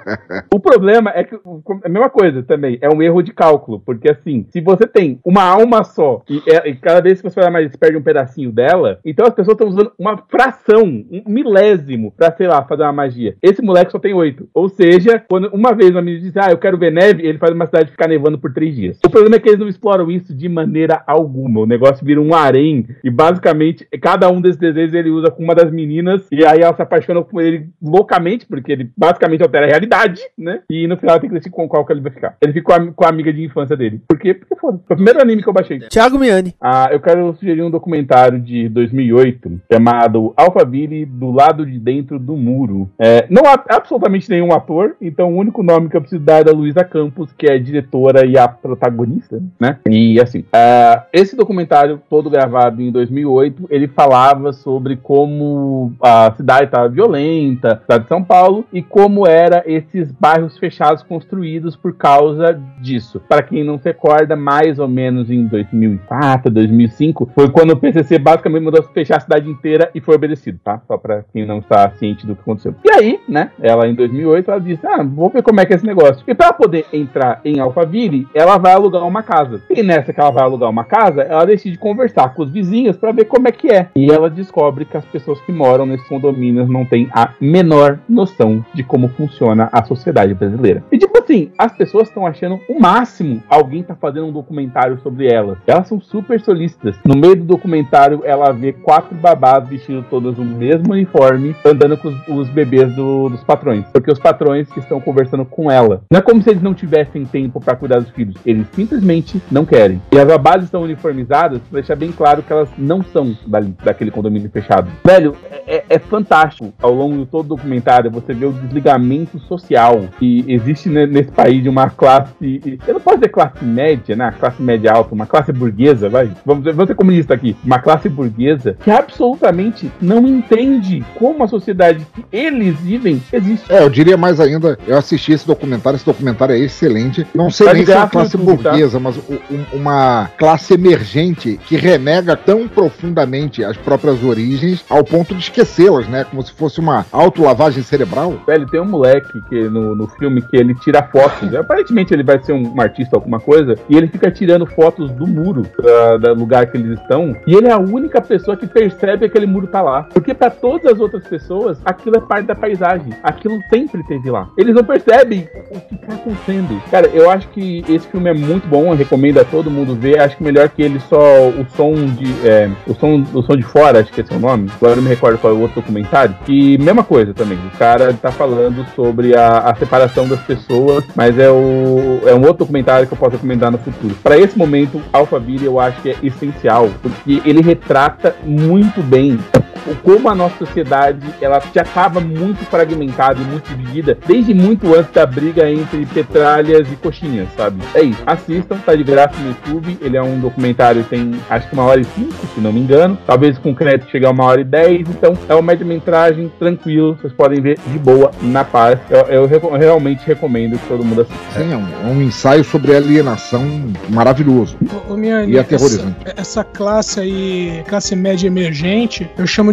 O problema é que, a mesma coisa também, é um erro de cálculo, porque assim, se você tem uma alma só, e, e cada vez que você faz a magia, você perde um pedacinho dela, então as pessoas estão usando uma fração, um milésimo, pra, sei lá, fazer uma magia. Esse moleque só tem oito. Ou seja, quando uma vez uma menina diz, ah, eu quero ver neve, ele faz uma cidade ficar nevando por três dias. O problema é que eles não exploram isso de maneira alguma. O negócio vira um harém, e basicamente, cada um desses desejos ele usa com uma das meninas, e aí ela se apaixona por ele loucamente, porque ele basicamente altera a realidade, né? E no final tem que decidir com qual que ele vai ficar. Ele fica com a, com a amiga de infância dele. Por quê? Porque foda. Foi o primeiro anime que eu baixei. Thiago Miani. Ah, eu quero sugerir um documentário de dois mil e oito, chamado Alphaville, do lado de dentro do muro. É, não há absolutamente nenhum ator, então o único nome que eu preciso dar é da Luísa Campos, que é a diretora e a protagonista, né? E assim, uh, esse documentário, todo gravado em dois mil e oito, ele falava sobre como a cidade estava violenta, a cidade de São Paulo, e como era esses bairros fechados construídos por causa disso. Para quem não se recorda, mais ou menos em dois mil e quatro, dois mil e cinco, foi quando o P C C basicamente mandou fechar a cidade inteira e foi obedecido, tá? Só para quem não está ciente do que aconteceu. E aí, né, ela em dois mil e oito, ela disse, ah, vou ver como é que é esse negócio. E para poder entrar em Alphaville, ela vai alugar uma casa. E nessa que ela vai alugar uma casa, ela decide conversar com os vizinhos para ver como é que é. E ela descobre que as pessoas que moram nesses condomínios não têm a menor noção de como funciona a sociedade brasileira. E tipo assim, as pessoas estão achando o máximo alguém tá fazendo um documentário sobre elas. Elas são super solícitas. No meio do documentário, ela vê quatro babás vestidos todas no mesmo uniforme, andando com os, os bebês do, dos patrões. Porque os patrões estão conversando com ela. Não é como se eles não tivessem tempo para cuidar dos filhos. Eles simplesmente não querem. E as babás estão uniformizadas para deixar bem claro que elas não são dali, daquele condomínio fechado. Velho, é, é fantástico. Ao longo de todo o documentário, você vê o desligamento social que existe nesse país de uma classe... Eu não posso dizer classe média, né? Classe média alta, uma classe burguesa, vai. Vamos, vamos ser comunista aqui. Uma classe burguesa que absolutamente não entende como a sociedade que eles vivem existe. É, eu diria mais ainda, eu assisti esse documentário, esse documentário é excelente. Não sei Tá nem se é uma ligado, classe YouTube, tá? burguesa, mas u- u- uma classe emergente que renega tão profundamente as próprias origens ao ponto de esquecê-las, né? Como se fosse uma autolavagem cerebral. Velho, tem um moleque que no, no filme que ele tira fotos. Aparentemente ele vai ser um, um artista, alguma coisa, e ele fica tirando fotos do muro da, da lugar que eles estão. E ele é a única pessoa que percebe que aquele muro tá lá. Porque pra todas as outras pessoas, aquilo é parte da paisagem. Aquilo sempre esteve lá. Eles não percebem o que tá acontecendo. Cara, eu acho que esse filme é muito bom. Eu recomendo a todo mundo ver. Acho que melhor que ele só o som de. É, o, som, o som de fora, acho que esse é o nome. Agora eu não me recordo qual é o outro documentário. E mesma coisa também. O cara tá falando sobre a, a separação das pessoas, mas é, o, é um outro documentário que eu posso recomendar no futuro. Para esse momento, Alphaville eu acho que é essencial, porque ele retrata muito bem como a nossa sociedade ela já estava muito fragmentada e muito dividida desde muito antes da briga entre petralhas e coxinhas, sabe? É isso. Assistam, tá de graça no YouTube. Ele é um documentário, tem acho que uma hora e cinco, se não me engano. Talvez com crédito chegar a uma hora e dez. Então é uma média-metragem tranquilo. Vocês podem ver de boa, na paz. Eu, eu, eu realmente recomendo que todo mundo assista. Sim, é um, é um ensaio sobre alienação maravilhoso. Ô, ô, Miane, E aterrorizante. essa, essa classe aí, classe média emergente, eu chamo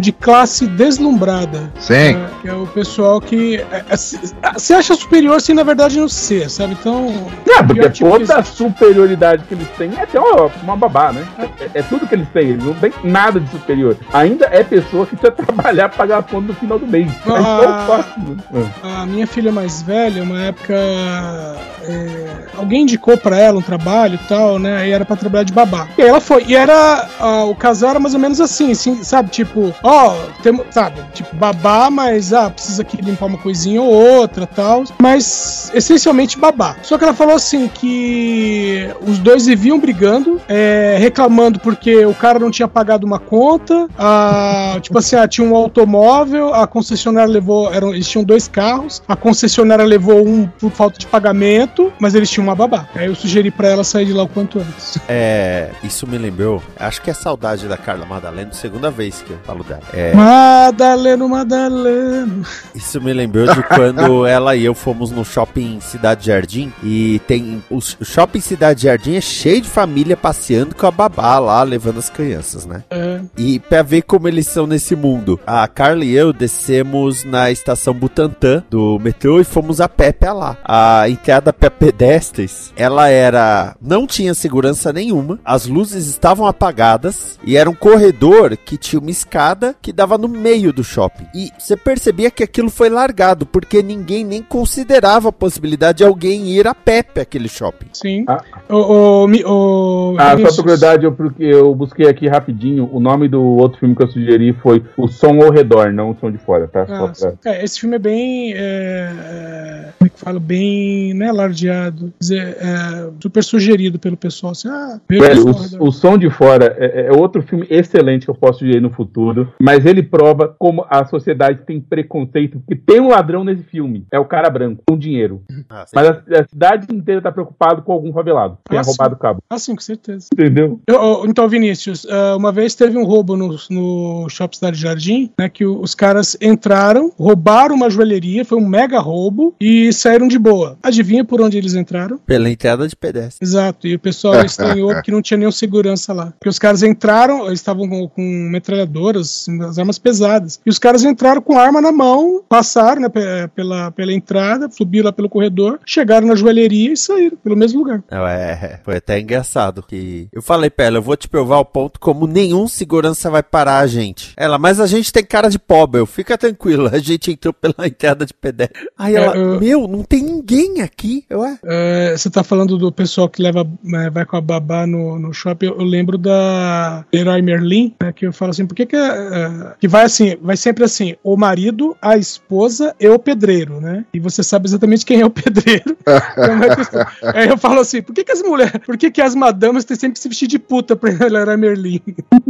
chama de classe deslumbrada. Sim. É, que é o pessoal que é, é, se, se acha superior sem, na verdade, não ser, sabe? Então... É, porque tipo toda a superioridade que eles têm é até uma, uma babá, né? É, é tudo que eles têm, eles não têm nada de superior. Ainda é pessoa que precisa trabalhar pra pagar a conta no final do mês. Ah, é tão fácil. A minha filha mais velha, uma época... É, alguém indicou pra ela um trabalho e tal, né? E era pra trabalhar de babá. E aí ela foi. E era... Uh, o casal era mais ou menos assim, assim, sabe? Tipo, ó, temos, sabe? Tipo, babá, mas, ah, precisa aqui limpar uma coisinha ou outra, tal. Mas, essencialmente, babá. Só que ela falou assim, que os dois viviam brigando, é, reclamando porque o cara não tinha pagado uma conta, a, tipo assim, ah, tinha um automóvel, a concessionária levou, eram, eles tinham dois carros, a concessionária levou um por falta de pagamento, mas eles tinham uma babá. Aí eu sugeri pra ela sair de lá o quanto antes. É, isso me lembrou, acho que é saudade da Carla Madaleno, segunda vez que eu falo dela. É, Madaleno, Madaleno. isso me lembrou de quando ela e eu fomos no shopping Cidade Jardim, e tem, o shopping Cidade Jardim é cheio de família passeando com a babá lá, levando as crianças, né? É. E pra ver como eles são nesse mundo, a Carla e eu descemos na estação Butantã do metrô e fomos a pé pra lá. A entrada pra pedestres, ela era... não tinha segurança nenhuma, as luzes estavam apagadas e era um corredor que tinha uma escada que dava no meio do shopping. E você percebia que aquilo foi largado, porque ninguém nem considerava a possibilidade de alguém ir a pé pra aquele shopping. Sim. Ah. O, o, o, Ah, Vinícius. só por curiosidade, eu, porque eu busquei aqui rapidinho, o nome do outro filme que eu sugeri foi O Som ao Redor, não O Som de Fora, tá? Ah, Só pra... é, esse filme é bem, é, é, como é que fala, bem, né, alardeado, quer dizer, é, super sugerido pelo pessoal, assim, ah, Velho, o, o Som de Fora é, é outro filme excelente que eu posso sugerir no futuro, mas ele prova como a sociedade tem preconceito, porque tem um ladrão nesse filme, é o cara branco, com dinheiro, Ah, sim. mas a, a cidade inteira tá preocupada com algum favelado, que tenha Ah, roubado o cabo, Ah, sim, com certeza. entendeu? Eu, eu, então, Vinícius, uh, uma vez teve um roubo no, no Shopping Cidade Jardim, né, que o, os caras entraram, roubaram uma joalheria, foi um mega roubo e saíram de boa. Adivinha por onde eles entraram? Pela entrada de pedestre. Exato, e o pessoal estranhou porque não tinha nenhum segurança lá. Porque os caras entraram, eles estavam com, com metralhadoras, as armas pesadas, e os caras entraram com arma na mão, passaram, né, pela, pela entrada, subiram lá pelo corredor, chegaram na joalheria e saíram pelo mesmo lugar. Não, é, foi até engraçado que eu falei pra ela, eu vou te provar o ponto como nenhum segurança vai parar a gente. Ela, mas a gente tem cara de pobre, eu, fica tranquilo, a gente entrou pela entrada de pedestre. Aí ela, É, eu- meu, não tem ninguém aqui, eu, é. É, você tá falando do pessoal que leva, né, vai com a babá no, no shopping. Eu, eu lembro da Leroy Merlin, né, que eu falo assim, por que que, é, que vai assim, vai sempre assim, o marido, a esposa e o pedreiro, né? E você sabe exatamente quem é o pedreiro. Então, é questão- Aí eu falo assim, por que que as mulheres, por que que as madamas têm sempre que se vestir de puta pra Leroy Merlin?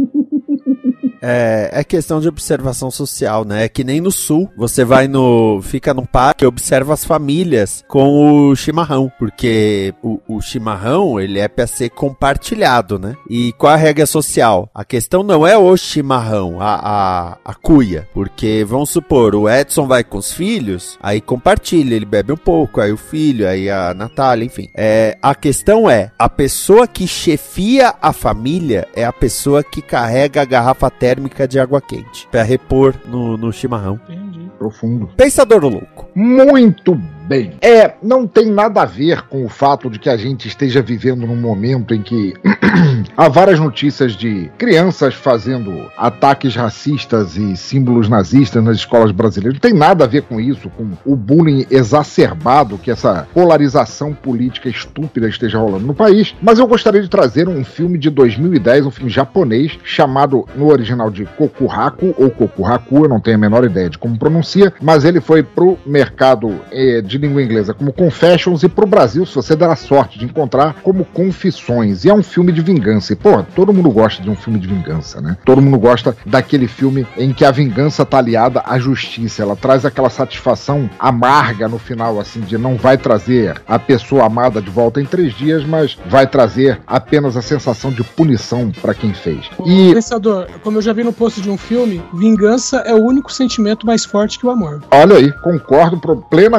É, é questão de observação social, né? É que nem no sul. Você vai no... fica num parque e observa as famílias com o chimarrão. Porque o, o chimarrão, ele é pra ser compartilhado, né? E qual a regra social? A questão não é o chimarrão, a, a, a cuia. Porque, vamos supor, o Edson vai com os filhos, aí compartilha, ele bebe um pouco, aí o filho, aí a Natália, enfim. É, a questão é, a pessoa que chefia a família é a pessoa que carrega a garrafa térmica de água quente pra repor no, no chimarrão. Entendi. Profundo. Pensador louco. Muito bem. É, não tem nada a ver com o fato de que a gente esteja vivendo num momento em que há várias notícias de crianças fazendo ataques racistas e símbolos nazistas nas escolas brasileiras. Não tem nada a ver com isso, com o bullying exacerbado que essa polarização política estúpida esteja rolando no país. Mas eu gostaria de trazer um filme de dois mil e dez, um filme japonês, chamado no original de Kokuraku, ou Kokuraku, eu não tenho a menor ideia de como pronuncia, mas ele foi pro mercado eh, de língua inglesa como Confessions e pro Brasil, se você der a sorte de encontrar, como Confissões. E é um filme de vingança. E, pô, todo mundo gosta de um filme de vingança, né? Todo mundo gosta daquele filme em que a vingança tá aliada à justiça. Ela traz aquela satisfação amarga no final, assim, de não vai trazer a pessoa amada de volta em três dias, mas vai trazer apenas a sensação de punição pra quem fez. E, Pensador, como eu já vi no post de um filme, vingança é o único sentimento mais forte que o amor. olha aí, concordo pro- plenamente com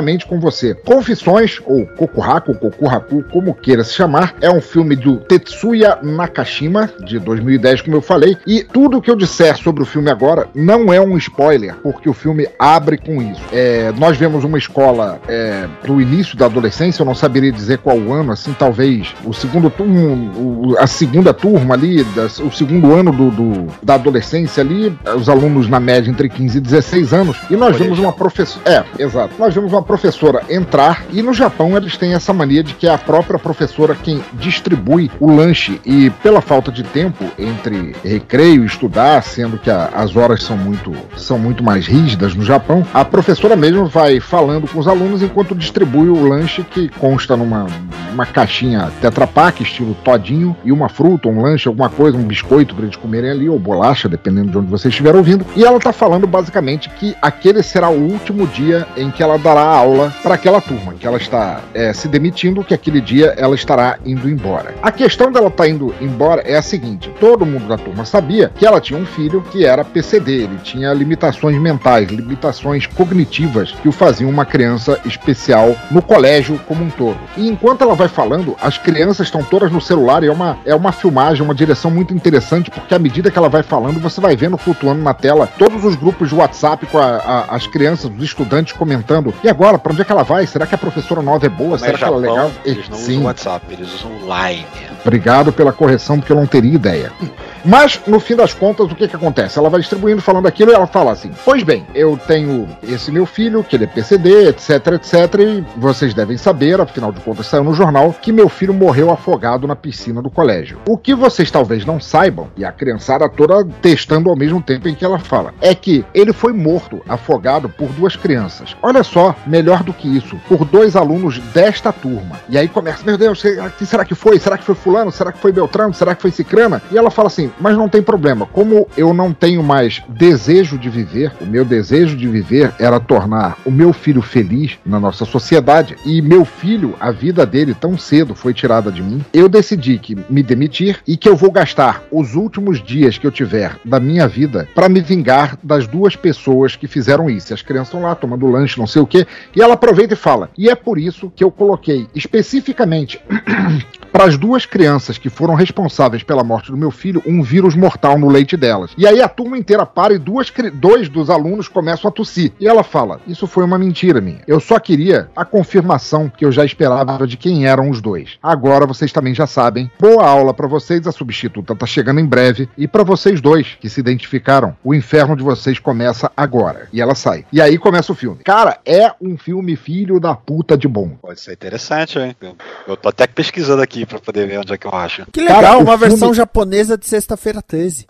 você. Confissões, ou Kokuraku, Kokuraku, como queira se chamar, é um filme do Tetsuya Nakashima, de dois mil e dez, como eu falei, e tudo que eu disser sobre o filme agora não é um spoiler, porque o filme abre com isso. É, nós vemos uma escola é, do início da adolescência, eu não saberia dizer qual ano, assim, talvez o segundo turno, o, a segunda turma ali, das, o segundo ano do, do, da adolescência ali, os alunos na média entre quinze e dezesseis anos, e nós vemos uma professora, é, exato, nós vemos uma professora entrar, e no Japão eles têm essa mania de que é a própria professora quem distribui o lanche, e pela falta de tempo entre recreio e estudar, sendo que a, as horas são muito, são muito mais rígidas no Japão, a professora mesmo vai falando com os alunos enquanto distribui o lanche, que consta numa uma caixinha Tetra Pak, estilo todinho, e uma fruta, um lanche, alguma coisa, um biscoito para eles comerem ali, ou bolacha, dependendo de onde você estiver ouvindo. E ela tá falando basicamente que aquele será o último dia em que ela dará aula para aquela turma, que ela está é, se demitindo, que aquele dia ela estará indo embora. A questão dela estar tá indo embora é a seguinte: todo mundo da turma sabia que ela tinha um filho que era P C D, ele tinha limitações mentais, limitações cognitivas que o faziam uma criança especial no colégio como um todo. E enquanto ela vai falando, as crianças estão todas no celular, e é uma, é uma filmagem, uma direção muito interessante, porque à medida que ela vai falando, você vai vendo flutuando na tela todos os grupos de WhatsApp com a, a, as crianças, os estudantes comentando: e agora, pra onde é que ela vai? Será que a professora nova é boa? Mas Será que Japão, ela é legal? Eles não Sim. usam WhatsApp, eles usam Line. Obrigado pela correção, porque eu não teria ideia. Mas, no fim das contas, o que que acontece? Ela vai distribuindo, falando aquilo, e ela fala assim: pois bem, eu tenho esse meu filho, que ele é P C D, etc, etc, e vocês devem saber, afinal de contas saiu no jornal, que meu filho morreu afogado na piscina do colégio. O que vocês talvez não saibam, e a criançada toda testando ao mesmo tempo em que ela fala, é que ele foi morto, afogado por duas crianças. Olha só, melhor do que isso, por dois alunos desta turma. E aí começa: meu Deus, quem será que foi? Será que foi fulano? Será que foi Beltrano? Será que foi Cicrana? E ela fala assim: mas não tem problema, como eu não tenho mais desejo de viver, o meu desejo de viver era tornar o meu filho feliz na nossa sociedade, e meu filho, a vida dele tão cedo foi tirada de mim, eu decidi que me demitir e que eu vou gastar os últimos dias que eu tiver da minha vida para me vingar das duas pessoas que fizeram isso. As crianças estão lá tomando lanche, não sei o que, e ela aproveita e fala: e é por isso que eu coloquei especificamente para as duas crianças que foram responsáveis pela morte do meu filho um vírus mortal no leite delas. E aí a turma inteira para e duas, dois dos alunos começam a tossir. E ela fala: isso foi uma mentira minha. Eu só queria a confirmação que eu já esperava de quem eram os dois. Agora vocês também já sabem. Boa aula pra vocês, a substituta tá chegando em breve. E pra vocês dois que se identificaram, o inferno de vocês começa agora. E ela sai. E aí começa o filme. Cara, é um filme filho da puta de bom. Pode ser interessante, hein? Eu tô até pesquisando aqui pra poder ver onde é que eu acho. Que legal, Cara, uma filme... versão japonesa de Sexta-feira treze.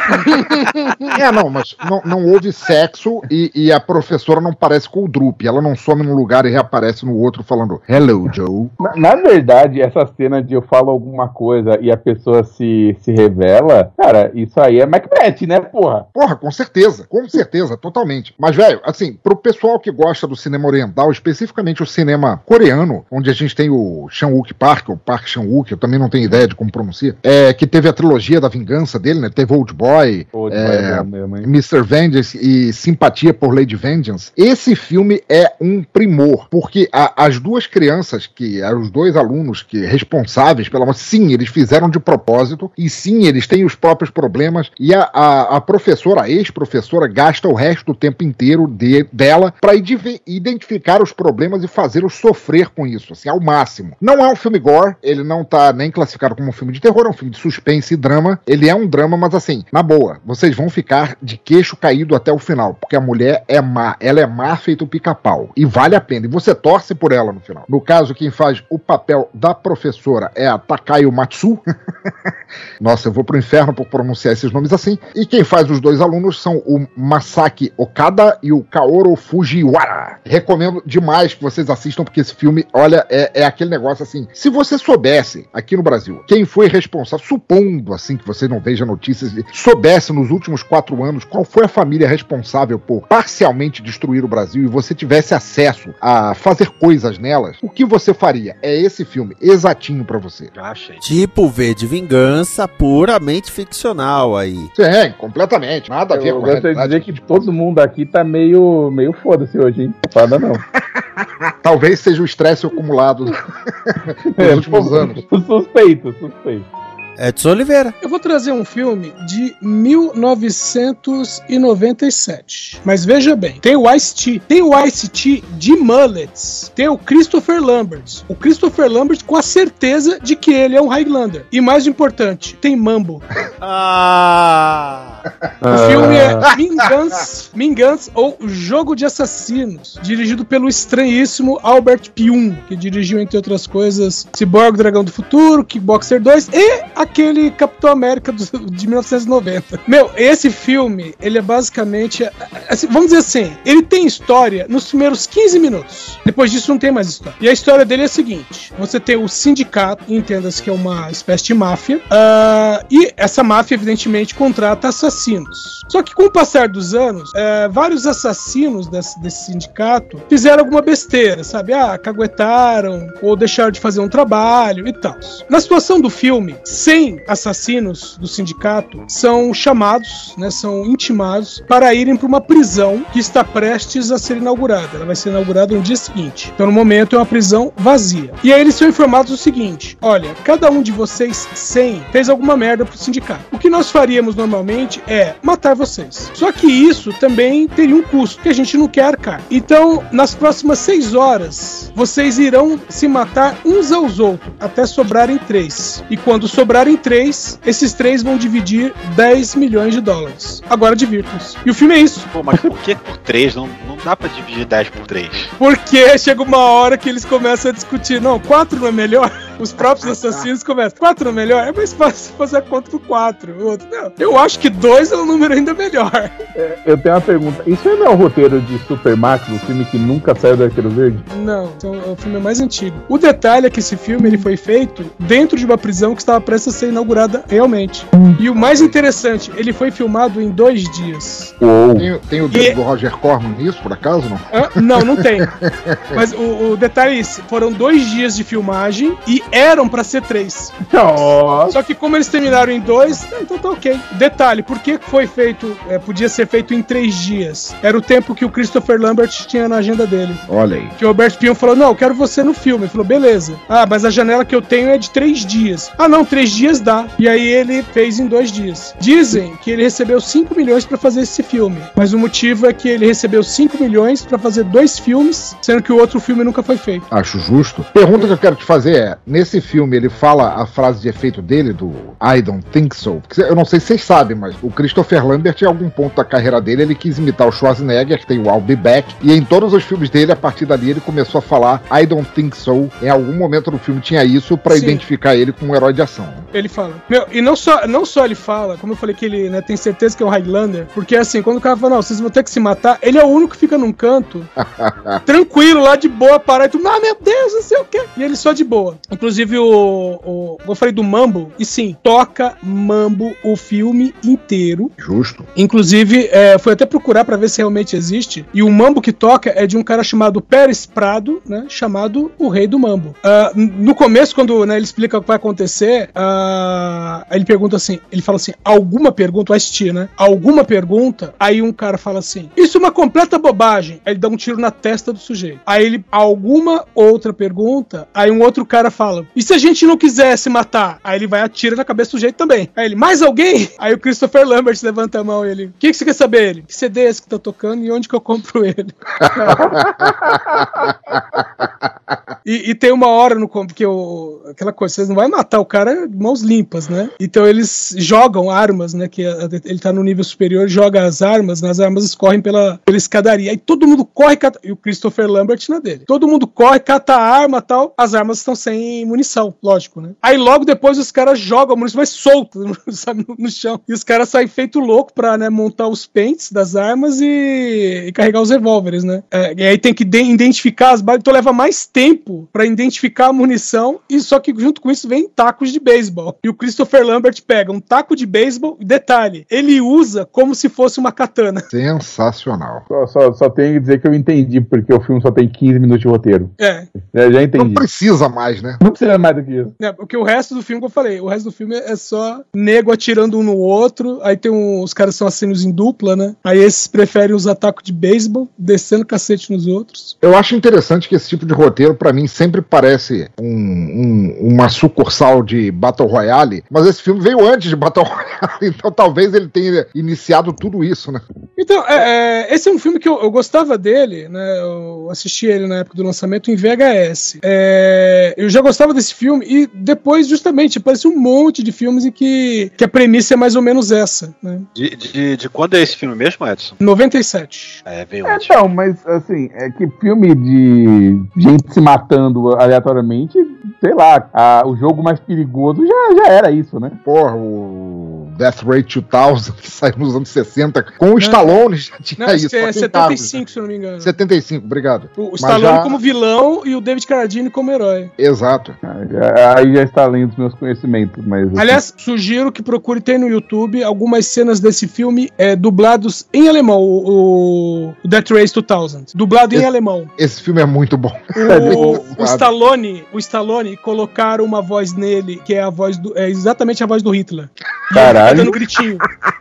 É, não, mas não, não houve sexo e, e a professora não parece com o Drup. Ela não some num lugar e reaparece no outro falando: hello, Joe. Na, na verdade, essa cena de eu falo alguma coisa e a pessoa se, se revela, cara, isso aí é Macbeth, né, porra? Porra, com certeza, com certeza, totalmente. Mas, velho, assim, pro pessoal que gosta do cinema oriental, especificamente o cinema coreano, onde a gente tem o Chan-wook Park, o Park Chan-wook, eu também não tenho ideia de como pronuncia, é, que teve a trilogia da vingança dele, né? Teve Old Boy, Old é, Boy é mister Vengeance e Simpatia por Lady Vengeance. Esse filme é um primor, porque a, as duas crianças, que eram os dois alunos que responsáveis pela morte, sim, eles fizeram de propósito, e sim, eles têm os próprios problemas, e a, a, a professora, a ex-professora, gasta o resto do tempo inteiro de, dela para identificar os problemas e fazê-los sofrer com isso, assim, ao máximo. Não é um filme gore, ele não tá nem classificado como um filme de terror, é um filme de suspense e drama, ele é um drama, mas assim, na boa, vocês vão ficar de queixo caído até o final, porque a mulher é má, ela é má feito pica-pau, e vale a pena, e você torce por ela no final. No caso, quem faz o papel da professora é a Takayo Matsu. Nossa, eu vou pro inferno por pronunciar esses nomes assim. E quem faz os dois alunos são o Masaki Okada e o Kaoru Fujiwara. Recomendo demais que vocês assistam, porque esse filme, olha, é, é aquele negócio assim, se você soubesse, aqui no Brasil, quem foi responsável, supondo assim que você não veja notícias, soubesse nos últimos quatro anos qual foi a família responsável por parcialmente destruir o Brasil e você tivesse acesso a fazer coisas nelas, o que você faria? É esse filme, exatinho pra você. Já achei. Tipo V de Vingança, puramente ficcional aí. Sim, completamente, nada a ver eu com a realidade. Eu gostaria de dizer que todo mundo aqui tá meio, meio foda-se hoje, hein? Não fada não. Talvez seja o estresse acumulado nos É, últimos pô, anos. Suspeito, suspeito. Edson Oliveira. Eu vou trazer um filme de mil novecentos e noventa e sete. Mas veja bem, tem o Ice-T. Tem o Ice-T de Mullets. Tem o Christopher Lambert. O Christopher Lambert com a certeza de que ele é um Highlander. E mais importante, tem Mambo. Ah! O filme é Mean Guns, Mean Guns ou Jogo de Assassinos, dirigido pelo estranhíssimo Albert Pyun, que dirigiu, entre outras coisas, Cyborg, Dragão do Futuro, Kickboxer dois e aquele Capitão América do, de mil novecentos e noventa. Meu, esse filme, ele é basicamente, assim, vamos dizer assim, ele tem história nos primeiros quinze minutos. Depois disso não tem mais história. E a história dele é a seguinte: você tem o sindicato, entenda-se que é uma espécie de máfia, uh, e essa máfia, evidentemente, contrata assassinos. Só que com o passar dos anos, é, vários assassinos desse, desse sindicato fizeram alguma besteira, sabe? Ah, caguetaram ou deixaram de fazer um trabalho e tal. Na situação do filme, cem assassinos do sindicato são chamados, né, são intimados para irem para uma prisão que está prestes a ser inaugurada. Ela vai ser inaugurada no dia seguinte. Então, no momento, é uma prisão vazia. E aí eles são informados o seguinte: olha, cada um de vocês, cem, fez alguma merda pro sindicato. O que nós faríamos normalmente é matar vocês. Só que isso também teria um custo que a gente não quer arcar. Então, nas próximas seis horas, vocês irão se matar uns aos outros, até sobrarem três. E quando sobrarem três, esses três vão dividir dez milhões de dólares. Agora divirtam-se. E o filme é isso. Pô, mas por que por três? Não, não dá pra dividir dez por três. Porque chega uma hora que eles começam a discutir. Não, quatro não é melhor? Os próprios assassinos começam. quatro não é melhor? É mais fácil fazer a conta por quatro. O outro, não. Eu acho que dois é um número ainda melhor. É, eu tenho uma pergunta. Isso não é o roteiro de Supermax, o filme que nunca saiu do Arqueiro Verde? Não, então é o filme mais antigo. O detalhe é que esse filme ele foi feito dentro de uma prisão que estava prestes a ser inaugurada realmente. E o mais interessante, ele foi filmado em dois dias. Uou. Tem, tem o dedo e... do Roger Corman nisso, por acaso, não? Ah, não, não tem. Mas o, o detalhe é esse. Foram dois dias de filmagem e eram pra ser três. Nossa. Só que como eles terminaram em dois, então tá ok. Detalhe, por que foi feito, é, podia ser feito em três dias? Era o tempo que o Christopher Lambert tinha na agenda dele. Olha aí. Que o Albert Pyun falou, não, eu quero você no filme. Ele falou, beleza. Ah, mas a janela que eu tenho é de três dias. Ah, não, três dias dá. E aí ele fez em dois dias. Dizem que ele recebeu cinco milhões pra fazer esse filme. Mas o motivo é que ele recebeu cinco milhões pra fazer dois filmes, sendo que o outro filme nunca foi feito. Acho justo. Pergunta que eu quero te fazer é, nesse filme ele fala a frase de efeito dele, do I don't think so. Eu não sei se vocês sabem, mas o Christopher Lambert, em algum ponto da carreira dele, ele quis imitar o Schwarzenegger, que tem o I'll Be Back, e em todos os filmes dele, a partir dali, ele começou a falar I don't think so. Em algum momento do filme tinha isso pra Sim. identificar ele como um herói de ação. Ele fala. Meu, e não só, não só ele fala, como eu falei que ele, né, tem certeza que é um Highlander, porque assim, quando o cara fala, não, vocês vão ter que se matar, ele é o único que fica num canto, tranquilo, lá de boa, parar e tudo, ah, meu Deus, não sei o quê. E ele só de boa. Inclusive o, o eu falei do Mambo, e sim, toca Mambo o filme inteiro. Justo. Inclusive, é, fui até procurar pra ver se realmente existe, e o Mambo que toca é de um cara chamado Pérez Prado, né, chamado o Rei do Mambo. Uh, no começo, quando, né, ele explica o que vai acontecer, uh, ele pergunta assim, ele fala assim, alguma pergunta, o Ice-T, né, alguma pergunta, aí um cara fala assim, isso é uma completa bobagem, aí ele dá um tiro na testa do sujeito. Aí ele, alguma outra pergunta, aí um outro cara fala, e se a gente não quiser se matar? Aí ele vai e atira na cabeça do sujeito também. Aí ele, mais alguém? Aí o Christopher Lambert levanta a mão, ele, o que, que você quer saber? Ele, que C D é esse que tá tocando e onde que eu compro ele? e, e tem uma hora no porque o, aquela coisa, vocês não vão matar o cara de mãos limpas, né? Então eles jogam armas, né? Que ele tá no nível superior, joga as armas, né, as armas escorrem pela, pela escadaria. Aí todo mundo corre, cata, e o Christopher Lambert na dele. Todo mundo corre, cata a arma e tal, as armas estão sem munição, lógico, né? Aí logo depois os caras jogam a munição, vai solta, sabe, no, no chão. E os caras saem feito louco pra, né, montar os pentes das armas e, e carregar os revólveres, né? É, e aí tem que de, identificar as balas, então leva mais tempo campo pra identificar a munição, e só que junto com isso vem tacos de beisebol. E o Christopher Lambert pega um taco de beisebol, e detalhe, ele usa como se fosse uma katana. Sensacional. Só, só, só tenho que dizer que eu entendi, porque o filme só tem quinze minutos de roteiro. É. Eu já entendi. Não precisa mais, né? Não precisa mais do que isso. É, porque o resto do filme, que eu falei, o resto do filme é só nego atirando um no outro, aí tem um, os caras são assassinos em dupla, né? Aí esses preferem usar taco de beisebol, descendo cacete nos outros. Eu acho interessante que esse tipo de roteiro, pra mim, sempre parece um, um, uma sucursal de Battle Royale, mas esse filme veio antes de Battle Royale, então talvez ele tenha iniciado tudo isso, né? Então, é, é, esse é um filme que eu, eu gostava dele, né? Eu assisti ele na época do lançamento em V H S. É, eu já gostava desse filme e depois, justamente, apareceu um monte de filmes em que, que a premissa é mais ou menos essa, né? De, de, de quando é esse filme mesmo, Edson? noventa e sete. É, veio É, antes. não, mas assim, é que filme de gente se matando aleatoriamente, sei lá, a, o jogo mais perigoso já, já era isso, né? Porra, o Death Ray dois mil, que saiu nos anos sessenta, com o Stallone já tinha Não, isso. acho que é só tem setenta e cinco, carros, se eu não me engano. setenta e cinco, obrigado. O, o Mas Stallone já- como vilão e o David Carradine como herói. Exato. Aí já está além dos meus conhecimentos, mas... assim, Aliás, sugiro que procure ter no YouTube algumas cenas desse filme é, dublados em alemão, o, o Death Race dois mil, dublado Esse- em alemão. Esse filme é muito bom. O, o Stallone, o Stallone colocaram uma voz nele que é a voz do, é exatamente a voz do Hitler. E ele Caralho. tá dando gritinho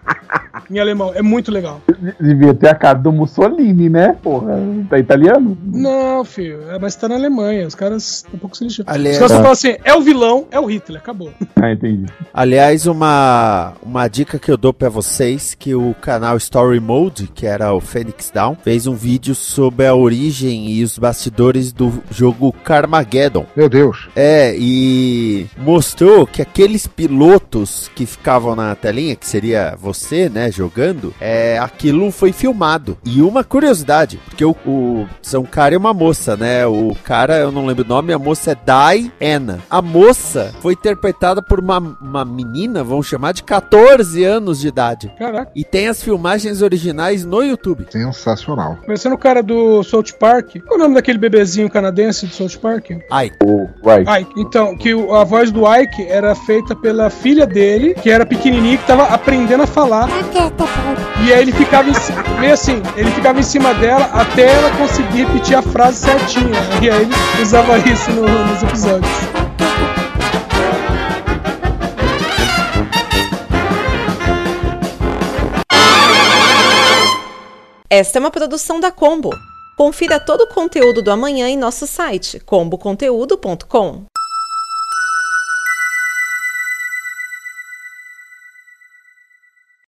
em alemão. É muito legal. devia ter a cara do Mussolini, né? Porra, tá italiano? Não, filho, é, mas tá na Alemanha. Os caras um pouco se lixam. Aliás- Os caras só falam assim: é o vilão, é o Hitler, acabou. Ah, entendi. Aliás, uma, uma dica que eu dou pra vocês, que o canal Story Mode, que era o Phoenix Down, fez um vídeo sobre a origem e os bastidores do jogo Carmageddon. Meu Deus. É, e mostrou que aqueles pilotos que ficavam na telinha, que seria você, né, jogando, é, aquilo foi filmado. E uma curiosidade, porque o, o são um cara e uma moça, né? O cara, eu não lembro o nome, a moça é Diana. A moça foi interpretada por uma, uma menina, vamos chamar de catorze anos de idade. Caraca. E tem as filmagens originais no YouTube. Sensacional. Parecendo o cara do South Park. Qual é o nome daquele bebezinho canadense do South Park? Ai, Vai. Ike. Então, que o- a voz do Ike era feita pela filha dele, que era pequenininha, que tava aprendendo a falar. E aí ele ficava em ci- meio assim, ele ficava em cima dela até ela conseguir repetir a frase certinha. E aí ele usava isso no- nos episódios. Esta é uma produção da Combo. Confira todo o conteúdo do amanhã em nosso site combo conteúdo ponto com.